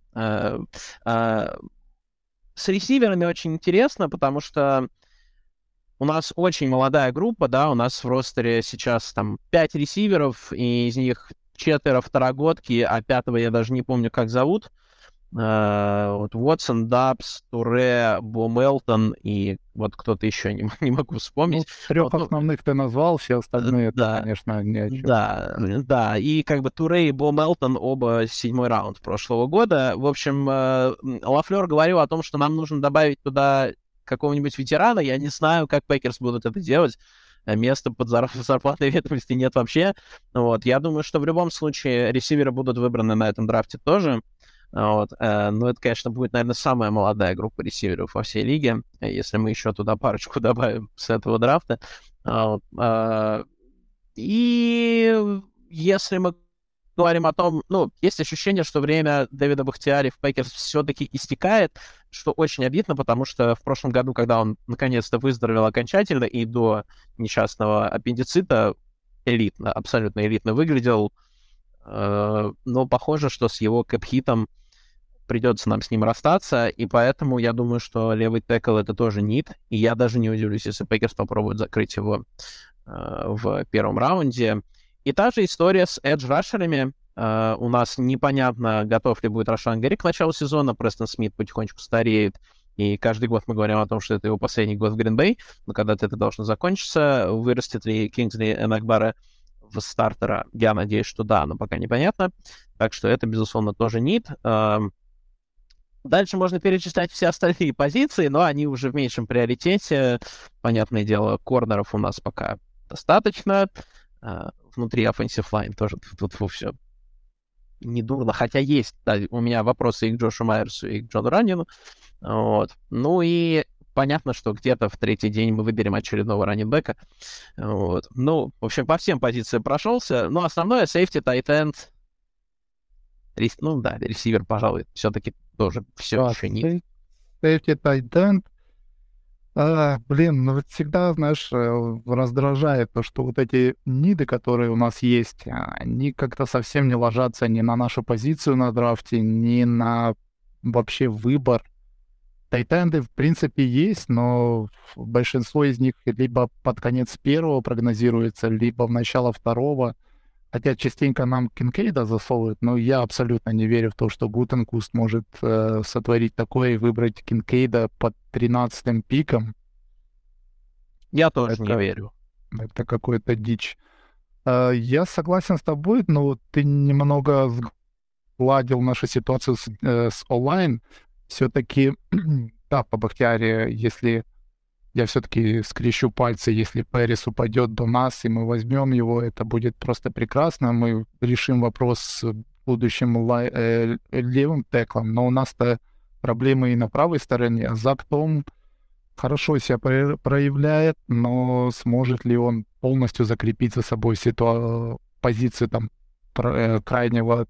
С ресиверами очень интересно, потому что у нас очень молодая группа, да, у нас в ростере сейчас там 5 ресиверов, и из них 4 второгодки, а 5-го я даже не помню, как зовут. Вот Уотсон, Дабс, Туре, Бо Мелтон и вот кто-то еще, не могу вспомнить. Ну, 3 основных ты назвал, все остальные, да, это, конечно, не о чем. Да, и как бы Туре и Бо Мелтон оба 7-й раунд прошлого года. В общем, Лафлер говорил о том, что нам нужно добавить туда какого-нибудь ветерана. Я не знаю, как Пекерс будут это делать. Места под зарплатной ветвности нет вообще. Вот. Я думаю, что в любом случае ресиверы будут выбраны на этом драфте тоже. Вот. Но это, конечно, будет, наверное, самая молодая группа ресиверов во всей лиге, если мы еще туда парочку добавим с этого драфта. Вот. И если мы говорим о том, ну, есть ощущение, что время Дэвида Бахтиари в Пекерс все-таки истекает, что очень обидно, потому что в прошлом году, когда он наконец-то выздоровел окончательно и до несчастного аппендицита элитно, абсолютно элитно выглядел, но похоже, что с его кэп-хитом придется нам с ним расстаться, и поэтому я думаю, что левый текл — это тоже нит, и я даже не удивлюсь, если Пекерс попробует закрыть его в первом раунде. И та же история с эдж-рашерами. У нас непонятно, готов ли будет Рашан Гарри к началу сезона. Престон Смит потихонечку стареет, и каждый год мы говорим о том, что это его последний год в Грин-Бэй, но когда-то это должно закончиться. Вырастет ли Кингсли Энакбара в стартера? Я надеюсь, что да, но пока непонятно. Так что это, безусловно, тоже нит. Дальше можно перечислять все остальные позиции, но они уже в меньшем приоритете. Понятное дело, корнеров у нас пока достаточно. Внутри offensive line тоже тут все недурно. Хотя есть, да, у меня вопросы и к Джошу Майерсу, и к Джону Раннину. Вот. Ну и понятно, что где-то в третий день мы выберем очередного раннинбека. Вот. Ну, в общем, по всем позициям прошелся. Но основное — сейфти, тайт-энд. Ну да, ресивер, пожалуй, все-таки тоже все еще не. Сейфти, тайт-энд. Ну вот всегда, знаешь, раздражает то, что вот эти ниды, которые у нас есть, они как-то совсем не ложатся ни на нашу позицию на драфте, ни на вообще выбор. Тайтенды, в принципе, есть, но большинство из них либо под конец первого прогнозируется, либо в начало второго. Хотя частенько нам Кинкейда засовывают, но я абсолютно не верю в то, что Гутенкуст может сотворить такое и выбрать Кинкейда под 13-м пиком. Я тоже не верю. Это какой-то дичь. Я согласен с тобой, но вот ты немного сгладил нашу ситуацию с онлайн. Все-таки, да, по Бахтиаре, если я все-таки скрещу пальцы, если Пэрис упадет до нас, и мы возьмем его, это будет просто прекрасно. Мы решим вопрос с будущим левым теклом, но у нас-то проблемы и на правой стороне. Зак Том хорошо себя проявляет, но сможет ли он полностью закрепить за собой позицию там крайнего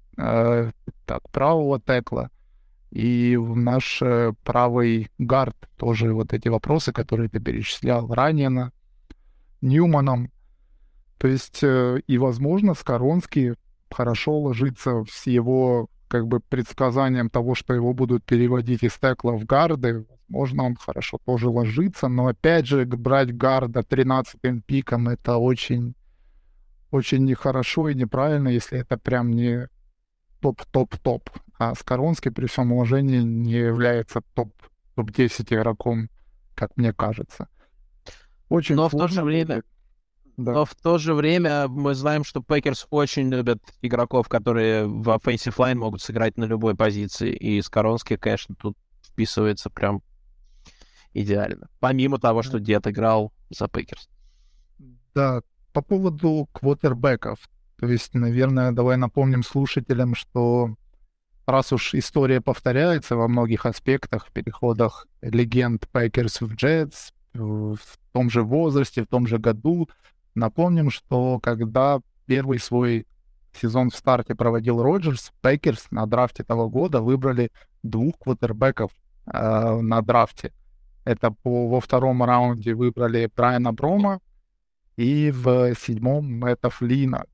правого текла? И наш правый гард тоже вот эти вопросы, которые ты перечислял ранее, Ньюманом. То есть, и, возможно, Скоронский хорошо ложится с его как бы предсказанием того, что его будут переводить из текла в гарды. Возможно, он хорошо тоже ложится, но опять же, брать гарда 13-м пиком — это очень, очень нехорошо и неправильно, если это прям не топ-топ-топ. А Скоронский, при всем уважении, не является топ-10 игроком, как мне кажется. Очень Но в то сложно же время, будет. Да. но в то же время мы знаем, что Пекерс очень любят игроков, которые в offensive line могут сыграть на любой позиции. И Скоронский, конечно, тут вписывается прям идеально. Помимо того, что дед играл за Пекерс. Да, по поводу квотербеков. То есть, наверное, давай напомним слушателям, что раз уж история повторяется во многих аспектах, в переходах легенд Пекерс в Джетс, в том же возрасте, в том же году, напомним, что когда первый свой сезон в старте проводил Роджерс, Пекерс на драфте того года выбрали 2 квотербеков на драфте. Это во втором раунде выбрали Брайана Брома и в 7-м Мэтта Флина.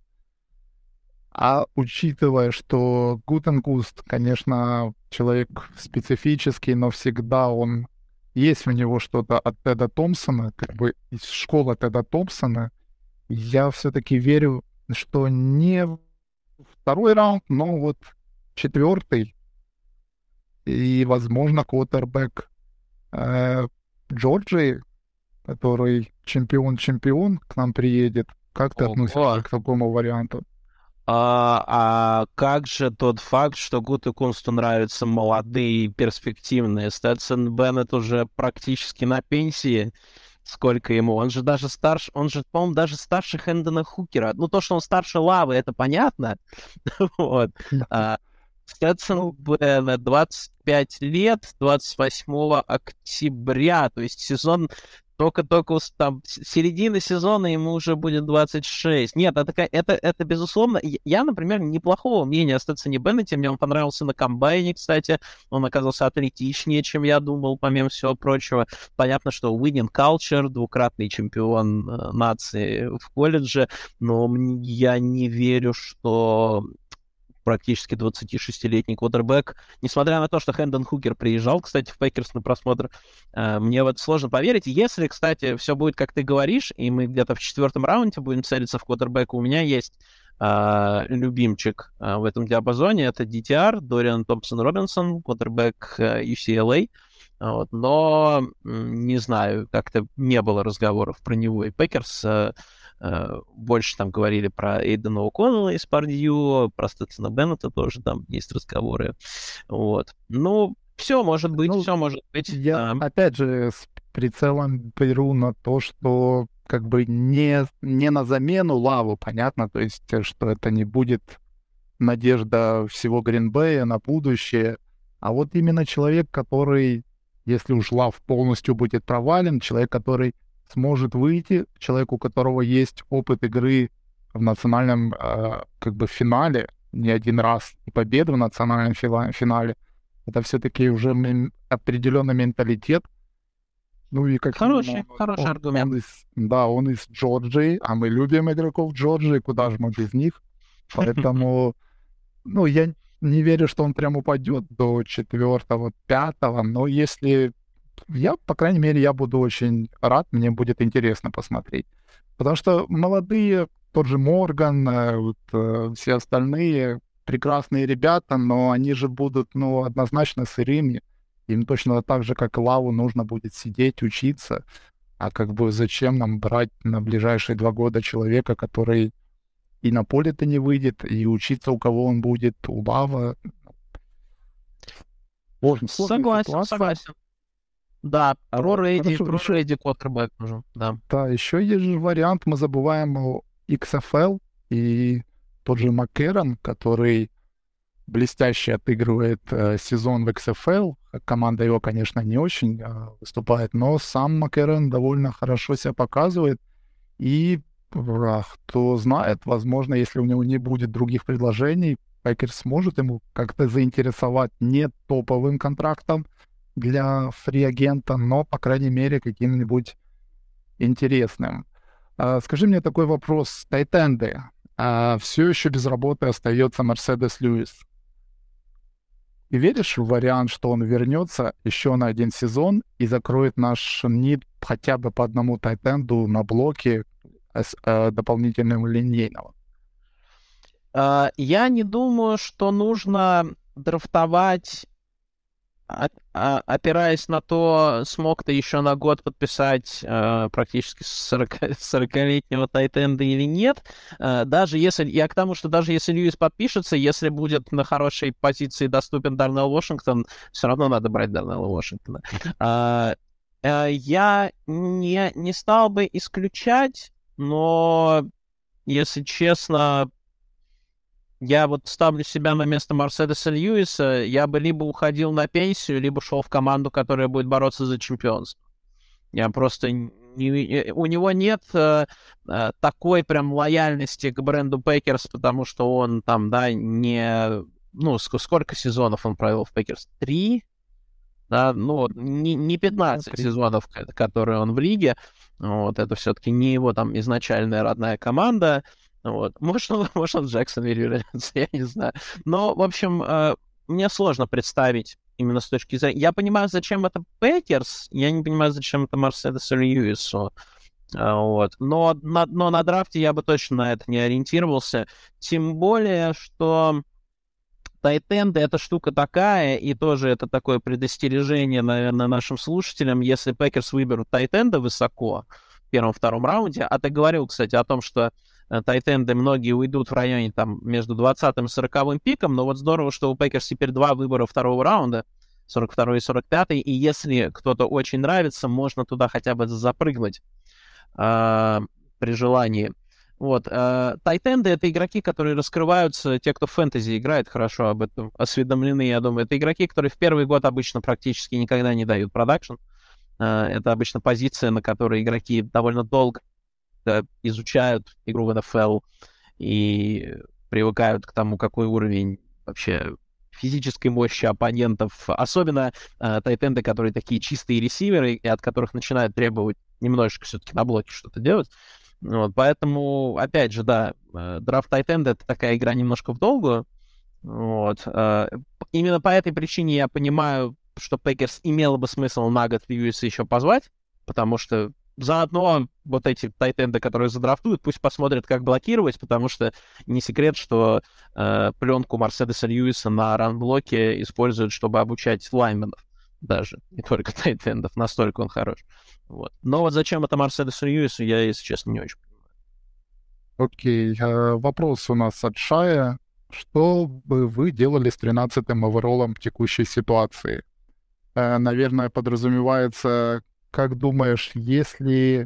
А учитывая, что Гутенгуст, конечно, человек специфический, но всегда есть у него что-то от Теда Томпсона, как бы из школы Теда Томпсона, я все-таки верю, что не второй раунд, но вот 4-й и, возможно, квотербек Джорджии, который чемпион к нам приедет. Как ты относишься к такому варианту? А как же тот факт, что Гутекунсту нравятся молодые и перспективные? Стэдсон Беннет уже практически на пенсии. Сколько ему? Он же даже старше, он же, по-моему, даже старше Хэндона Хукера. Ну, то, что он старше Лавы, это понятно. Вот. Стэдсон Беннет, 25 лет, 28 октября. То есть сезон только там середина сезона ему уже будет 26. Нет, это безусловно. Я, например, неплохого мнения о Стэдсоне Беннете. Мне он понравился на комбайне, кстати. Он оказался атлетичнее, чем я думал, помимо всего прочего. Понятно, что winning culture, двукратный чемпион нации в колледже, но я не верю, что практически 26-летний квотербек. Несмотря на то, что Хэндон Хукер приезжал, кстати, в Пекерс на просмотр, мне в это сложно поверить. Если, кстати, все будет, как ты говоришь, и мы где-то в 4-м раунде будем целиться в квотербека, у меня есть любимчик в этом диапазоне. Это DTR, Дориан Томпсон-Робинсон, квотербек UCLA. Вот. Но, не знаю, как-то не было разговоров про него и Пекерс. Больше там говорили про Эйдена О'Коннелла из Пардью, про Стэдсона Беннета тоже там есть разговоры. Вот. Ну, все может быть, все может быть. Я, опять же, с прицелом беру на то, что как бы не на замену Лаву, понятно, то есть, что это не будет надежда всего Грин-Бэя на будущее, а вот именно человек, который, если уж Лав полностью будет провален, человек, который сможет выйти, человек, у которого есть опыт игры в национальном как бы финале не один раз и победы в национальном финале, это все-таки уже определенный менталитет. Ну и как хороший аргумент. Он из Джорджии, а мы любим игроков Джорджии, куда же мы без них. Поэтому, я не верю, что он прям упадет до 4-го, 5-го, но если... по крайней мере, я буду очень рад, мне будет интересно посмотреть. Потому что молодые, тот же Морган, все остальные прекрасные ребята, но они же будут, однозначно сырыми. Им точно так же, как и Лаву, нужно будет сидеть, учиться. А как бы зачем нам брать на ближайшие 2 года человека, который и на поле-то не выйдет, и учиться, у кого он будет, у Лава. Согласен. Да, Рейди квотербэк нужен, да. Да, еще есть же вариант, мы забываем о XFL, и тот же МакКеррон, который блестяще отыгрывает сезон в XFL. Команда его, конечно, не очень выступает, но сам МакКеррон довольно хорошо себя показывает. И кто знает, возможно, если у него не будет других предложений, Пекерс сможет ему как-то заинтересовать не топовым контрактом для фри-агента, но, по крайней мере, каким-нибудь интересным. Скажи мне такой вопрос. Тайтенды. Все еще без работы остается Мерседес Льюис. Ты веришь в вариант, что он вернется еще на один сезон и закроет наш нид хотя бы по одному тайтенду на блоке дополнительного линейного? Я не думаю, что нужно драфтовать, опираясь на то, смог ты еще на год подписать практически 40-летнего тайтенда или нет. Даже если, я к тому, что даже если Льюис подпишется, если будет на хорошей позиции доступен Дарнелл Вашингтон, все равно надо брать Дарнелла Вашингтона. Я не стал бы исключать, но, если честно, я вот ставлю себя на место Мерседеса Льюиса, я бы либо уходил на пенсию, либо шел в команду, которая будет бороться за чемпионство. Я просто... У него нет такой прям лояльности к бренду Пекерс, потому что он там, да, не... Ну, сколько сезонов он провел в Пекерс? 3? Да, ну, не 15 сезонов, которые он в лиге. Вот, это все-таки не его там изначальная родная команда. Вот. Может, он в Джексонвилле вернется, я не знаю. Но, в общем, мне сложно представить именно с точки зрения... Я понимаю, зачем это Пекерс, я не понимаю, зачем это Мерседесу Льюису. Вот. Но на драфте я бы точно на это не ориентировался. Тем более, что тайтенды — это штука такая, и тоже это такое предостережение, наверное, нашим слушателям. Если Пекерс выберут тайтенда высоко в первом-втором раунде, а ты говорил, кстати, о том, что тайтенды многие уйдут в районе там между 20-м и 40-м пиком, но вот здорово, что у Пекерс теперь 2 выбора второго раунда, 42-й и 45-й, и если кто-то очень нравится, можно туда хотя бы запрыгнуть при желании. Вот. Тайтенды — это игроки, которые раскрываются, те, кто в фэнтези играет, хорошо об этом осведомлены, я думаю. Это игроки, которые в первый год обычно практически никогда не дают продакшн. Это обычно позиция, на которой игроки довольно долго изучают игру в НФЛ и привыкают к тому, какой уровень вообще физической мощи оппонентов. Особенно тайтенды, которые такие чистые ресиверы, и от которых начинают требовать немножечко все-таки на блоке что-то делать. Вот, поэтому, опять же, да, драфт тайтенда — это такая игра немножко в долгую. Вот. Именно по этой причине я понимаю, что Пекерс имело бы смысл на год Льюиса еще позвать, потому что заодно вот эти тайтенды, которые задрафтуют, пусть посмотрят, как блокировать, потому что не секрет, что пленку Мерседеса Льюиса на ранблоке используют, чтобы обучать лайнменов даже, не только тайтендов, настолько он хорош. Вот. Но вот зачем это Мерседесу Льюису, я, если честно, не очень понимаю. Окей, вопрос у нас от Шая. Что бы вы делали с 13-м овероллом в текущей ситуации? Наверное, подразумевается, как думаешь, если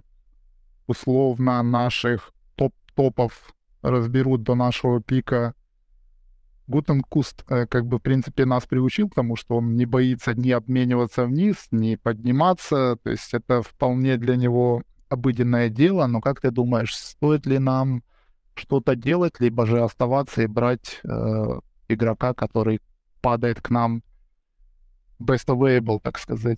условно наших топ-топов разберут до нашего пика, Гутенкуст, как бы, в принципе, нас приучил к тому, что он не боится ни обмениваться вниз, ни подниматься, то есть это вполне для него обыденное дело, но как ты думаешь, стоит ли нам что-то делать, либо же оставаться и брать игрока, который падает к нам best available, так сказать?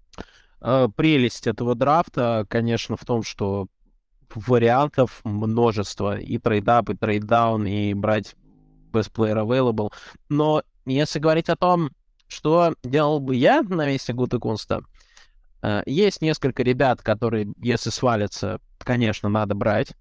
Прелесть этого драфта, конечно, в том, что вариантов множество, и трейдап, и трейддаун, и брать best player available. Но если говорить о том, что делал бы я на месте Гутенкунста, есть несколько ребят, которые, если свалятся, конечно, надо брать.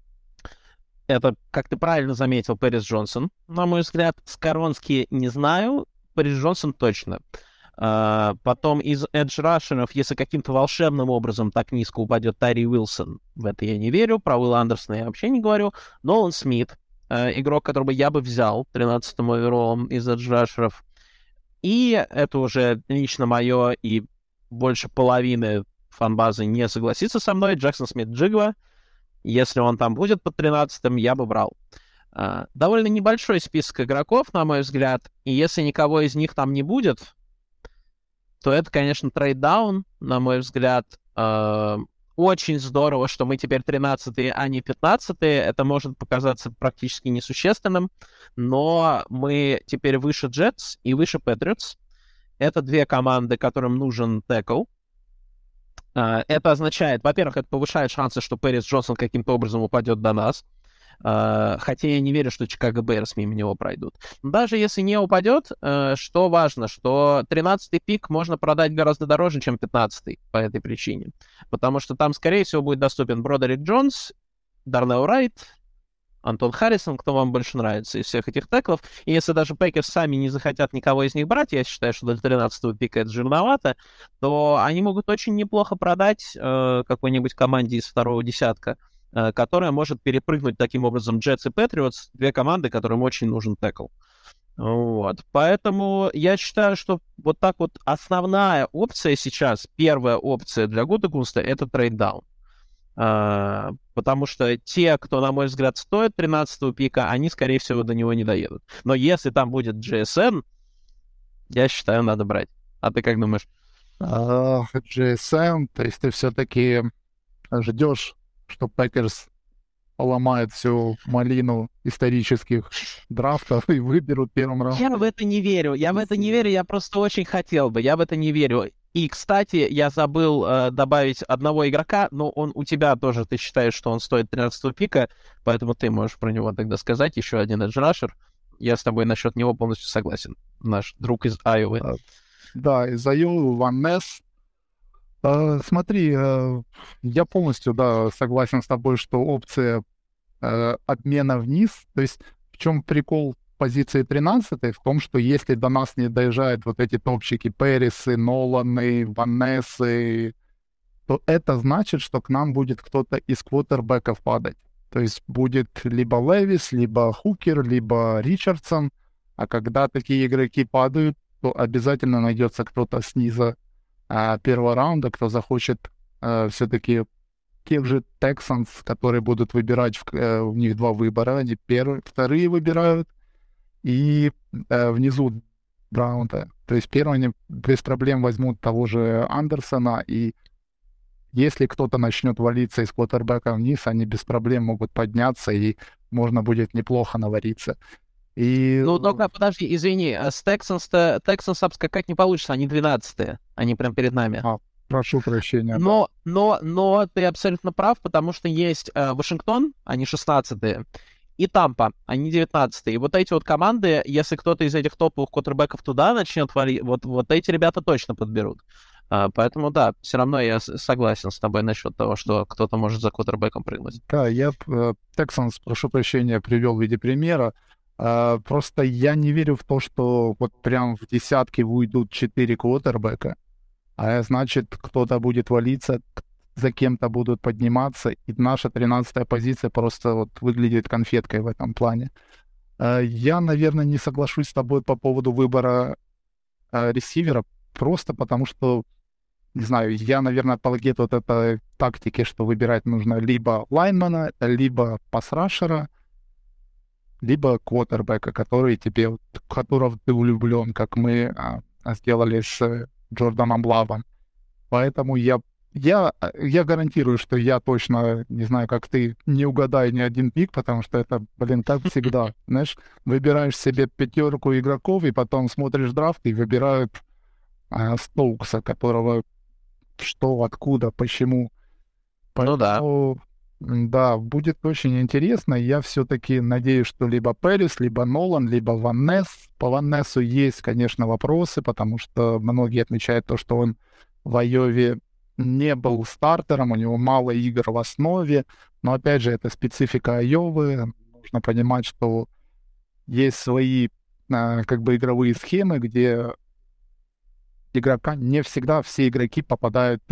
Это, как ты правильно заметил, Пэрис Джонсон, на мой взгляд. Скоронский не знаю, Пэрис Джонсон точно. Потом из эдж-рашеров, если каким-то волшебным образом так низко упадет Тайри Уилсон, в это я не верю. Про Уилла Андерсона я вообще не говорю. Нолан Смит игрок, которого я бы взял 13-м овероллом из эдж-рашеров. И это уже лично мое, и больше половины фан-базы не согласится со мной. Джексон Смит-Джигва. Если он там будет под 13-м, я бы брал. Довольно небольшой список игроков, на мой взгляд. И если никого из них там не будет, то это, конечно, трейд-даун, на мой взгляд. Очень здорово, что мы теперь 13-е, а не 15-е. Это может показаться практически несущественным, но мы теперь выше Jets и выше Patriots. Это две команды, которым нужен текл. Это означает, во-первых, это повышает шансы, что Пэрис Джонсон каким-то образом упадет до нас. Хотя я не верю, что Чикаго Бейерс мимо него пройдут. Но даже если не упадет, что важно, что 13-й пик можно продать гораздо дороже, чем 15-й по этой причине. Потому что там, скорее всего, будет доступен Бродерик Джонс, Дарнелл Райт, Антон Харрисон, кто вам больше нравится из всех этих теклов. И если даже Пекерс сами не захотят никого из них брать, я считаю, что до 13-го пика это жирновато, то они могут очень неплохо продать какой-нибудь команде из второго десятка, которая может перепрыгнуть таким образом Jets и Patriots, две команды, которым очень нужен текл. Вот. Поэтому я считаю, что вот так вот основная опция сейчас, первая опция для Гудегунста, это трейддаун. Потому что те, кто, на мой взгляд, стоит 13-го пика, они, скорее всего, до него не доедут. Но если там будет GSN, я считаю, надо брать. А ты как думаешь? GSN, то есть ты все-таки ждешь, что Пекерс поломает всю малину исторических драфтов и выберут первым раунде. Я в это не верю. Я просто очень хотел бы. Я в это не верю. И, кстати, я забыл добавить одного игрока, но он у тебя тоже, ты считаешь, что он стоит 13-го пика, поэтому ты можешь про него тогда сказать. Еще один эдж-рашер. Я с тобой насчет него полностью согласен. Наш друг из Айовы. Да, из Айовы, Ван Несс. Смотри, я полностью, согласен с тобой, что опция обмена вниз, то есть в чем прикол позиции 13 в том, что если до нас не доезжают вот эти топчики Пэрисы, Ноланы, Ванессы, то это значит, что к нам будет кто-то из квотербеков падать. То есть будет либо Левис, либо Хукер, либо Ричардсон, а когда такие игроки падают, то обязательно найдется кто-то снизу первого раунда, кто захочет все-таки тех же Texans, которые будут выбирать, у них два выбора, они вторые выбирают, и внизу раунда. То есть первые они без проблем возьмут того же Андерсона, и если кто-то начнет валиться из квотербека вниз, они без проблем могут подняться, и можно будет неплохо навариться. И... Ну, только подожди, извини, с Texans обскакать не получится, они 12-е, они прям перед нами. Прошу прощения. Но ты абсолютно прав, потому что есть Вашингтон, они 16-е, и Тампа, они 19-е. И вот эти вот команды, если кто-то из этих топовых квотербеков туда начнет валить, вот эти ребята точно подберут. Поэтому да, все равно я согласен с тобой насчет того, что кто-то может за квотербеком прыгнуть. Да, я Texans, прошу прощения, привел в виде примера. Просто я не верю в то, что вот прям в десятки уйдут 4 квотербека, а значит, кто-то будет валиться, за кем-то будут подниматься, и наша 13-я позиция просто вот выглядит конфеткой в этом плане. Я, наверное, не соглашусь с тобой по поводу выбора ресивера, просто потому что, не знаю, я, наверное, апологет вот этой тактики, что выбирать нужно либо лайнмена, либо пасрашера, либо квотербека, который тебе, в которого ты влюблен, как мы сделали с Джорданом Лавом. Поэтому я гарантирую, что я точно, не знаю, как ты, не угадаю ни один пик, потому что это, как всегда. Знаешь, выбираешь себе 5 игроков, и потом смотришь драфт, и выбирают Стоукса, которого что, откуда, почему. Поэтому, да, будет очень интересно. Я все-таки надеюсь, что либо Пэрис, либо Нолан, либо Ван Несс. По Ван Нессу есть, конечно, вопросы, потому что многие отмечают то, что он в Айове не был стартером, у него мало игр в основе. Но, опять же, это специфика Айовы. Нужно понимать, что есть свои игровые схемы, где игрока не всегда все игроки попадают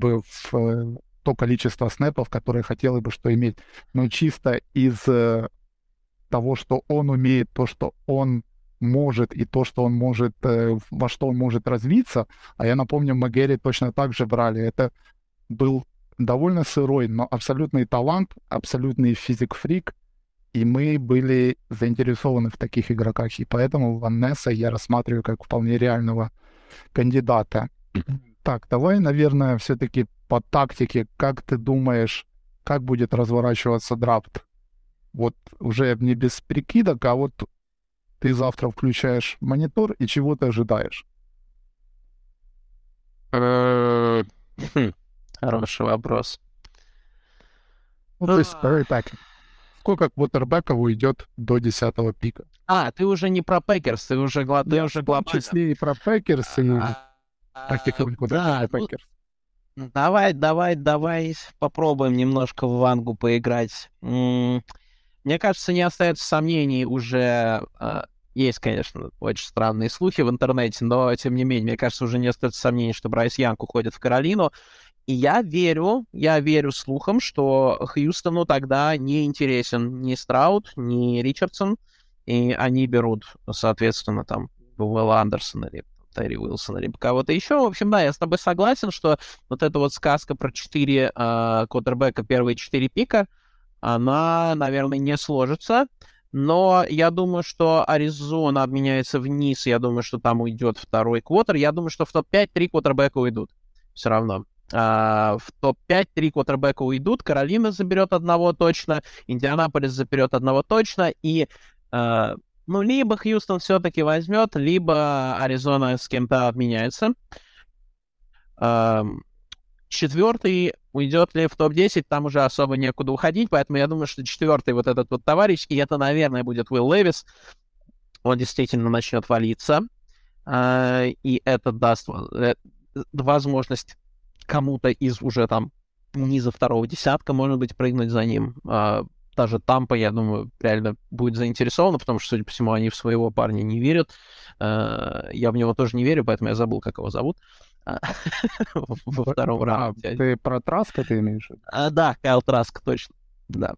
в то количество снэпов, которые хотелось бы что иметь. Но чисто из того, что он умеет, то, что он может, и то, что он может, во что он может развиться. А я напомню, мы Гэри точно так же брали. Это был довольно сырой, но абсолютный талант, абсолютный физик-фрик, и мы были заинтересованы в таких игроках, и поэтому Ванесса я рассматриваю как вполне реального кандидата. Так, давай, наверное, все-таки по тактике, как ты думаешь, как будет разворачиваться драфт? Вот уже не без прикидок, а вот ты завтра включаешь монитор, и чего ты ожидаешь? Хороший вопрос. Ну, то есть второй пак. Сколько квотербеков уйдет до 10-го пика? Ты уже не про Пекерс, ты уже глобально. В том числе и про Пекерс, и практиковать Да, Пекерс. давай попробуем немножко в Вангу поиграть. Мне кажется, не остается сомнений уже. Есть, конечно, очень странные слухи в интернете, но, тем не менее, мне кажется, уже не остается сомнений, что Брайс Янг уходит в Каролину. И я верю слухам, что Хьюстону тогда не интересен ни Страуд, ни Ричардсон, и они берут, соответственно, там, Уилла Андерсона или Терри Уилсона, либо кого-то еще. В общем, да, я с тобой согласен, что вот эта вот сказка про 4 квотербека, первые 4 пика, она, наверное, не сложится. Но я думаю, что Аризона обменяется вниз, я думаю, что там уйдет второй квотер. Я думаю, что в топ-5 3 квотербека уйдут все равно. В топ-5 3 квотербека уйдут. Каролина заберет одного точно, Индианаполис заберет одного точно, и либо Хьюстон все-таки возьмет, либо Аризона с кем-то обменяется. Четвертый уйдет ли в топ-10, там уже особо некуда уходить, поэтому я думаю, что четвертый вот этот вот товарищ, и это, наверное, будет Уилл Левис, он действительно начнет валиться, и это даст возможность кому-то из уже там низа второго десятка, может быть, прыгнуть за ним. Даже Тампа, я думаю, реально будет заинтересована, потому что, судя по всему, они в своего парня не верят. Я в него тоже не верю, поэтому я забыл, как его зовут. Во втором раунде. Ты про Траска ты имеешь? Да, Кайл Траск, точно. Да.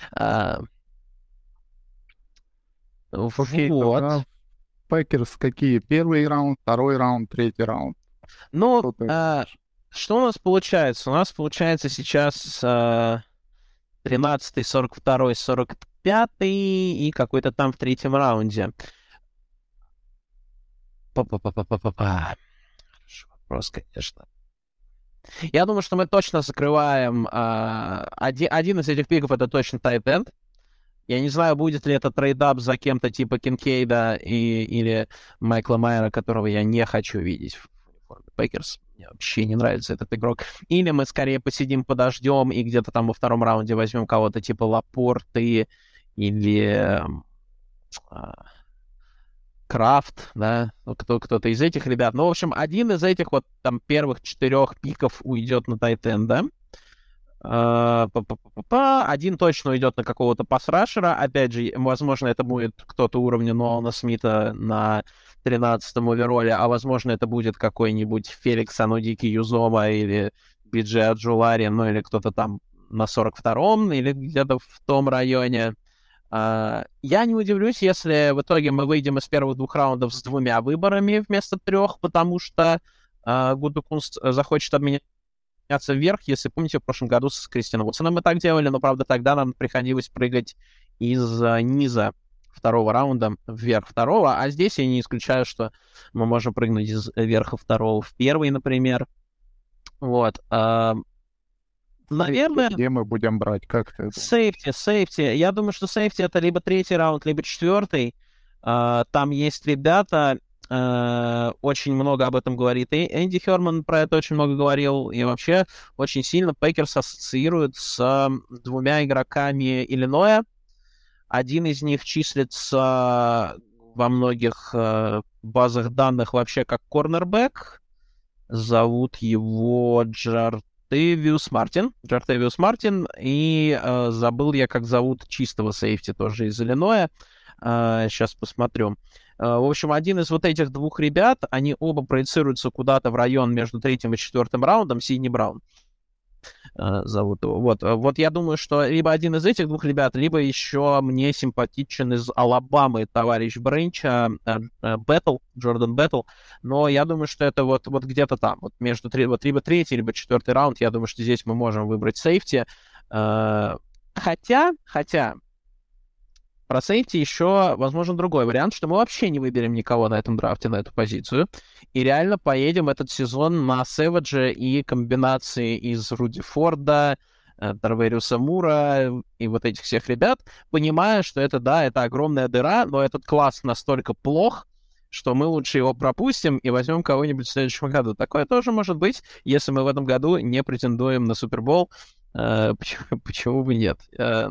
Окей, Вот. Пекерс какие? Первый раунд, второй раунд, третий раунд? Ну, что у нас получается? У нас получается сейчас 13-й, 42-й, 45-й и какой-то там в третьем раунде. Хороший вопрос, конечно. Я думаю, что мы точно закрываем... один из этих пиков — это точно тайт-энд. Я не знаю, будет ли это трейдап за кем-то типа Кинкейда или Майкла Майера, которого я не хочу видеть в униформе Пекерс. Мне вообще не нравится этот игрок. Или мы скорее посидим, подождем и где-то там во втором раунде возьмем кого-то типа Лапорты или Крафт, да, кто-то из этих ребят. Ну, в общем, один из этих вот там первых 4 пиков уйдет на тайтенда. Один точно уйдет на какого-то пасрашера. Опять же, возможно, это будет кто-то уровня Нолана Смита на 13-м овероле, а возможно, это будет какой-нибудь Феликс Анудики Юзома или Биджи Аджулари, ну или кто-то там на 42-м или где-то в том районе. Я не удивлюсь, если в итоге мы выйдем из первых 2 раундов с 2 выборами вместо 3, потому что Гудекунст захочет обменяться вверх. Если помните, в прошлом году с Кристианом Уотсоном мы так делали, но, правда, тогда нам приходилось прыгать из низа 2 раунда вверх 2, а здесь я не исключаю, что мы можем прыгнуть из верха 2 в 1, например. Вот. Наверное... Где мы будем брать? Как ты Сейфти. Я думаю, что сейфти — это либо 3-й раунд, либо 4-й. Там есть ребята, очень много об этом говорит. И Энди Херман про это очень много говорил. И вообще очень сильно Пекерс ассоциирует с 2 игроками Иллинойса. Один из них числится во многих базах данных вообще как корнербэк. Зовут его Джартевиус Мартин. И забыл я, как зовут чистого сейфти тоже из Иллинойса. Сейчас посмотрю. В общем, один из вот этих 2 ребят, они оба проецируются куда-то в район между 3-м и 4-м раундом, Сидни Браун. зовут его. Вот я думаю, что либо один из этих двух ребят, либо еще мне симпатичен из Алабамы товарищ Бренча, Джордан Беттл, но я думаю, что это вот где-то там, вот между либо третий, либо четвертый раунд, я думаю, что здесь мы можем выбрать сейфти. Хотя про сейфти еще возможен другой вариант, что мы вообще не выберем никого на этом драфте, на эту позицию, и реально поедем этот сезон на Сэвиджа и комбинации из Руди Форда, Тарвериуса Мура и вот этих всех ребят, понимая, что это огромная дыра, но этот класс настолько плох, что мы лучше его пропустим и возьмем кого-нибудь в следующем году. Такое тоже может быть, если мы в этом году не претендуем на Супербол. Почему бы нет?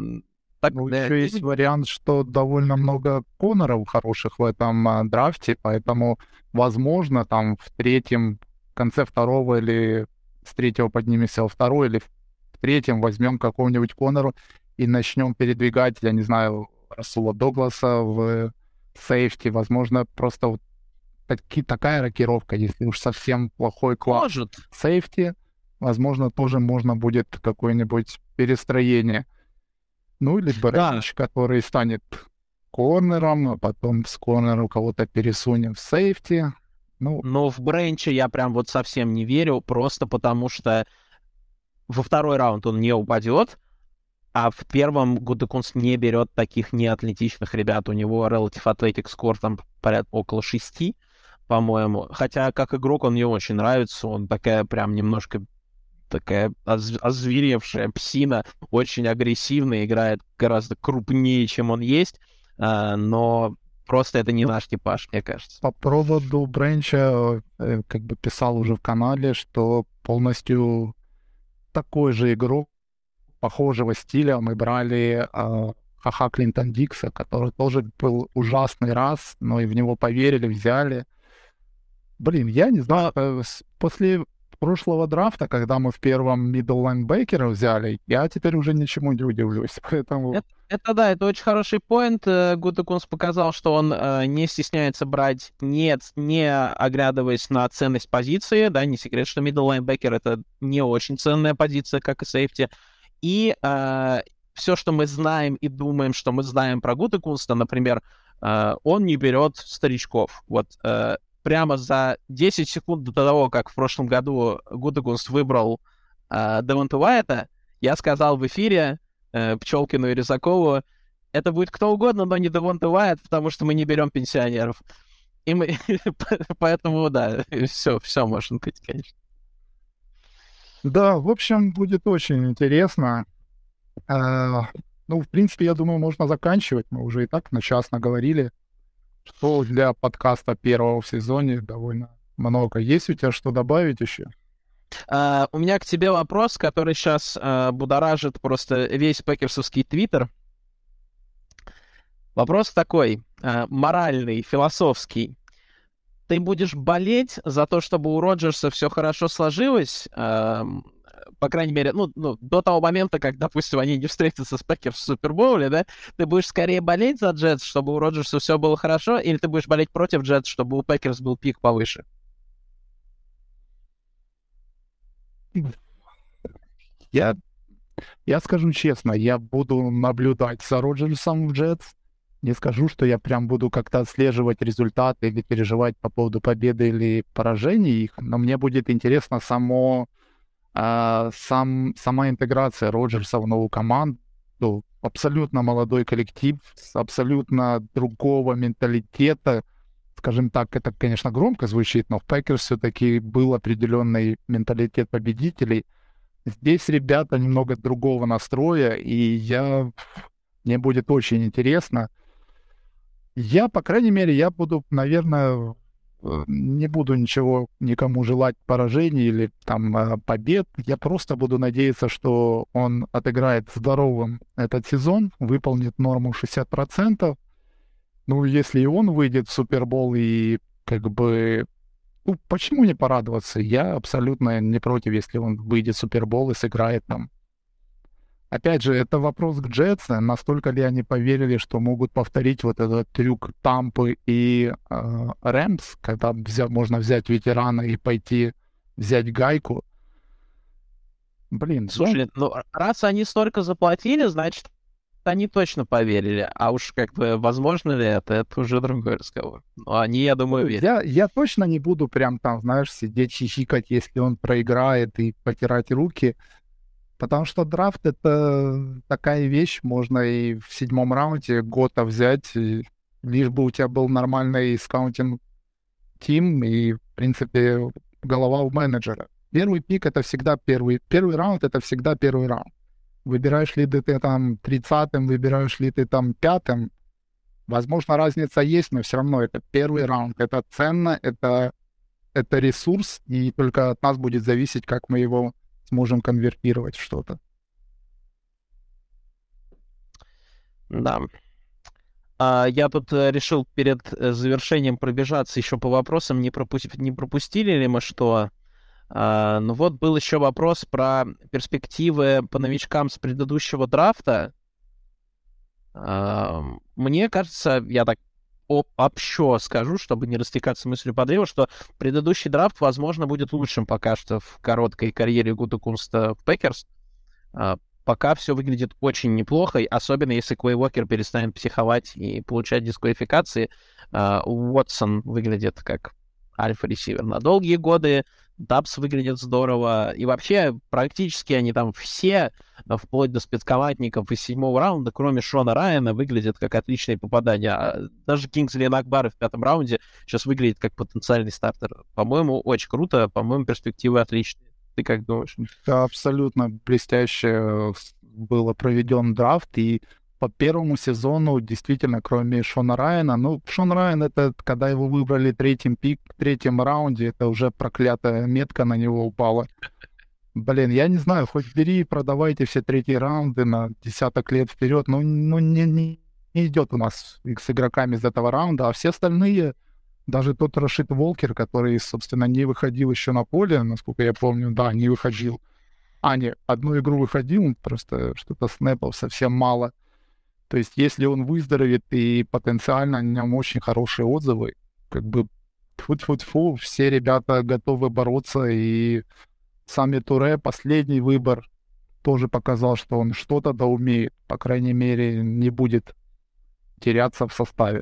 Еще есть вариант, что довольно много коноров хороших в этом драфте, поэтому, возможно, там в конце второго или с третьего поднимемся во второй, или в третьем возьмем какого-нибудь конора и начнем передвигать, я не знаю, Расула Догласа в сейфти. Возможно, просто вот такая рокировка, если уж совсем плохой класс сейфти, возможно, тоже можно будет какое-нибудь перестроение. Ну, или Бренч, который станет корнером, а потом с корнера кого-то пересунем в сейфти. Но в Бренча я прям вот совсем не верю, просто потому что во второй раунд он не упадет, а в первом Гудекунст не берет таких неатлетичных ребят. У него Relative Athletic Score там порядка около 6, по-моему. Хотя как игрок он мне очень нравится, он такая прям немножко такая озверевшая псина, очень агрессивно, играет гораздо крупнее, чем он есть, но просто это не наш типаж, мне кажется. По поводу Бренча, как бы писал уже в канале, что полностью такой же игрок, похожего стиля мы брали Ха-Ха Клинтон Дикса, который тоже был ужасный раз, но и в него поверили, взяли. Блин, я не знаю, после прошлого драфта, когда мы в первом middle linebacker взяли, я теперь уже ничему не удивлюсь, поэтому... Это очень хороший поинт. Гудекунс показал, что он не стесняется брать, не оглядываясь на ценность позиции, да, не секрет, что middle linebacker — это не очень ценная позиция, как и сейфти. И все, что мы знаем и думаем, что мы знаем про Гудекунста, например, он не берет старичков. Вот прямо за 10 секунд до того, как в прошлом году Гудекунст выбрал Девонта Уайта, я сказал в эфире Пчелкину и Резакову, это будет кто угодно, но не Девонта Уайт, потому что мы не берем пенсионеров. И мы... Поэтому, да, все может быть, конечно. Да, в общем, будет очень интересно. В принципе, я думаю, можно заканчивать. Мы уже и так на час наговорили. Что для подкаста первого в сезоне довольно много. Есть у тебя что добавить еще? У меня к тебе вопрос, который сейчас будоражит просто весь пекерсовский твиттер. Вопрос такой, моральный, философский. Ты будешь болеть за то, чтобы у Роджерса все хорошо сложилось, по крайней мере, до того момента, как, допустим, они не встретятся с Пекерс в Супербоуле, да, ты будешь скорее болеть за Джетс, чтобы у Роджерса все было хорошо, или ты будешь болеть против Джетс, чтобы у Пекерс был пик повыше? Я скажу честно, я буду наблюдать за Роджерсом в Джетс. Не скажу, что я прям буду как-то отслеживать результаты или переживать по поводу победы или поражения их, но мне будет интересно сама интеграция Роджерса в новую команду. Абсолютно молодой коллектив с абсолютно другого менталитета. Скажем так, это, конечно, громко звучит, но в Пекерс все-таки был определенный менталитет победителей. Здесь ребята немного другого настроя, и мне будет очень интересно. По крайней мере, я буду, наверное, не буду никому желать поражений или там побед. Я просто буду надеяться, что он отыграет здоровым этот сезон, выполнит норму 60%. Если и он выйдет в Супербол и как бы... почему не порадоваться? Я абсолютно не против, если он выйдет в Супербол и сыграет там. Опять же, это вопрос к Джетс. Настолько ли они поверили, что могут повторить вот этот трюк Тампы и Рэмс, когда можно взять ветерана и пойти взять гайку? Блин, Слушай, ну, раз они столько заплатили, значит, они точно поверили. А уж как бы возможно ли это уже другой разговор. Но они, я думаю, верят. я точно не буду прям там, знаешь, сидеть хихикать, если он проиграет и потирать руки, потому что драфт — это такая вещь, можно и в 7-м раунде года взять, лишь бы у тебя был нормальный скаутинг тим и, в принципе, голова у менеджера. Первый пик — это всегда первый раунд — это всегда первый раунд. Выбираешь ли ты там 30-м, выбираешь ли ты там 5-м, возможно, разница есть, но все равно это первый раунд, это ценно, это ресурс, и только от нас будет зависеть, как мы его сможем конвертировать в что-то. Да. Я тут решил перед завершением пробежаться еще по вопросам, не пропустили ли мы что. Ну вот был еще вопрос про перспективы по новичкам с предыдущего драфта. Мне кажется, я так общо скажу, чтобы не растекаться мыслью по древу, что предыдущий драфт, возможно, будет лучшим пока что в короткой карьере Гудокунста в Пекерс. Пока все выглядит очень неплохо, особенно если Квей Уокер перестанет психовать и получать дисквалификации. Уотсон выглядит как альфа-ресивер на долгие годы, Дабс выглядит здорово, и вообще практически они там все, вплоть до спецкомандников из 7-го раунда, кроме Шона Райана, выглядят как отличные попадания. Даже Кингсли Накбары в 5-м раунде сейчас выглядит как потенциальный стартер. По-моему, очень круто, по-моему, перспективы отличные. Ты как думаешь? Да, абсолютно блестяще было проведен драфт, и по первому сезону действительно, кроме Шона Райана, ну, Шон Райан — это когда его выбрали третьим пик, в 3-м раунде, это уже проклятая метка на него упала. Блин, я не знаю, хоть бери и продавайте все 3-й раунды на десяток лет вперед, ну не идет у нас с игроками из этого раунда, а все остальные, даже тот Рашид Волкер, который, собственно, не выходил еще на поле, насколько я помню, да, не выходил. Не, одну игру выходил, просто что-то снэпов совсем мало. То есть, если он выздоровеет и потенциально о нем очень хорошие отзывы, как бы тьфу-тьфу-тьфу, все ребята готовы бороться, и сами Туре, последний выбор, тоже показал, что он что-то да умеет, по крайней мере, не будет теряться в составе.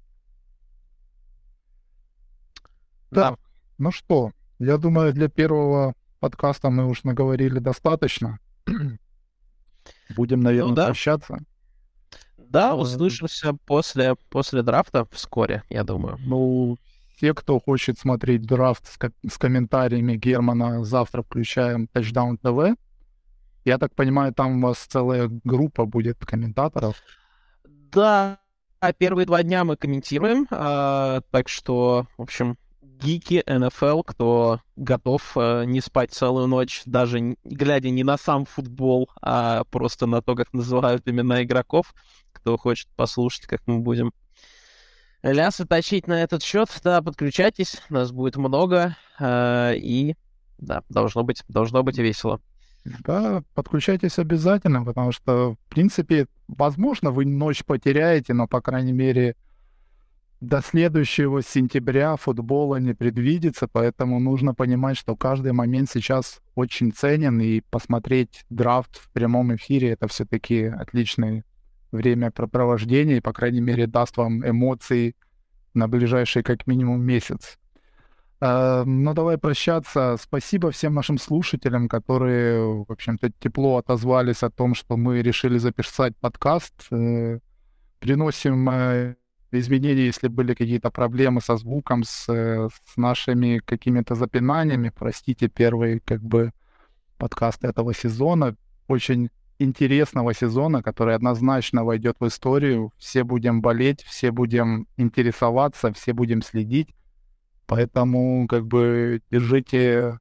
Да. Так, ну что, я думаю, для первого подкаста мы уж наговорили достаточно. Будем, Ну наверное, да. прощаться. Да, услышимся после драфта вскоре, я думаю. Ну, те, кто хочет смотреть драфт с комментариями Германа, завтра включаем Touchdown TV. Я так понимаю, там у вас целая группа будет комментаторов. Да, первые 2 дня мы комментируем, так что, в общем, гики НФЛ, кто готов не спать целую ночь, даже глядя не на сам футбол, а просто на то, как называют имена игроков, кто хочет послушать, как мы будем лясы точить на этот счет, да, подключайтесь, нас будет много, и да, должно быть весело. Да, подключайтесь обязательно, потому что, в принципе, возможно, вы ночь потеряете, но, по крайней мере, до следующего сентября футбола не предвидится, поэтому нужно понимать, что каждый момент сейчас очень ценен, и посмотреть драфт в прямом эфире — это все-таки отличное времяпрепровождение, и, по крайней мере, даст вам эмоции на ближайший как минимум месяц. Ну, давай прощаться. Спасибо всем нашим слушателям, которые, в общем-то, тепло отозвались о том, что мы решили записать подкаст. Приносим извинения, если были какие-то проблемы со звуком, с нашими какими-то запинаниями. Простите, первый как бы подкаст этого сезона. Очень интересного сезона, который однозначно войдет в историю. Все будем болеть, все будем интересоваться, все будем следить. Поэтому, как бы, держите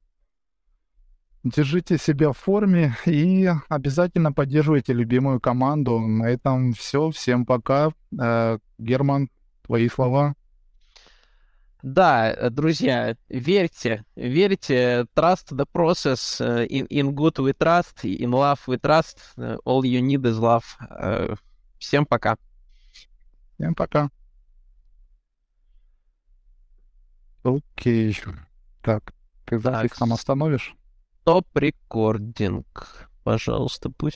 себя в форме и обязательно поддерживайте любимую команду. На этом все. Всем пока. Герман, твои слова. Да, друзья, верьте, trust the process, in good we trust, in love we trust, all you need is love. Всем пока. Всем пока. Окей. Так, ты запись там остановишь? Стоп-рекординг. Пожалуйста, пусть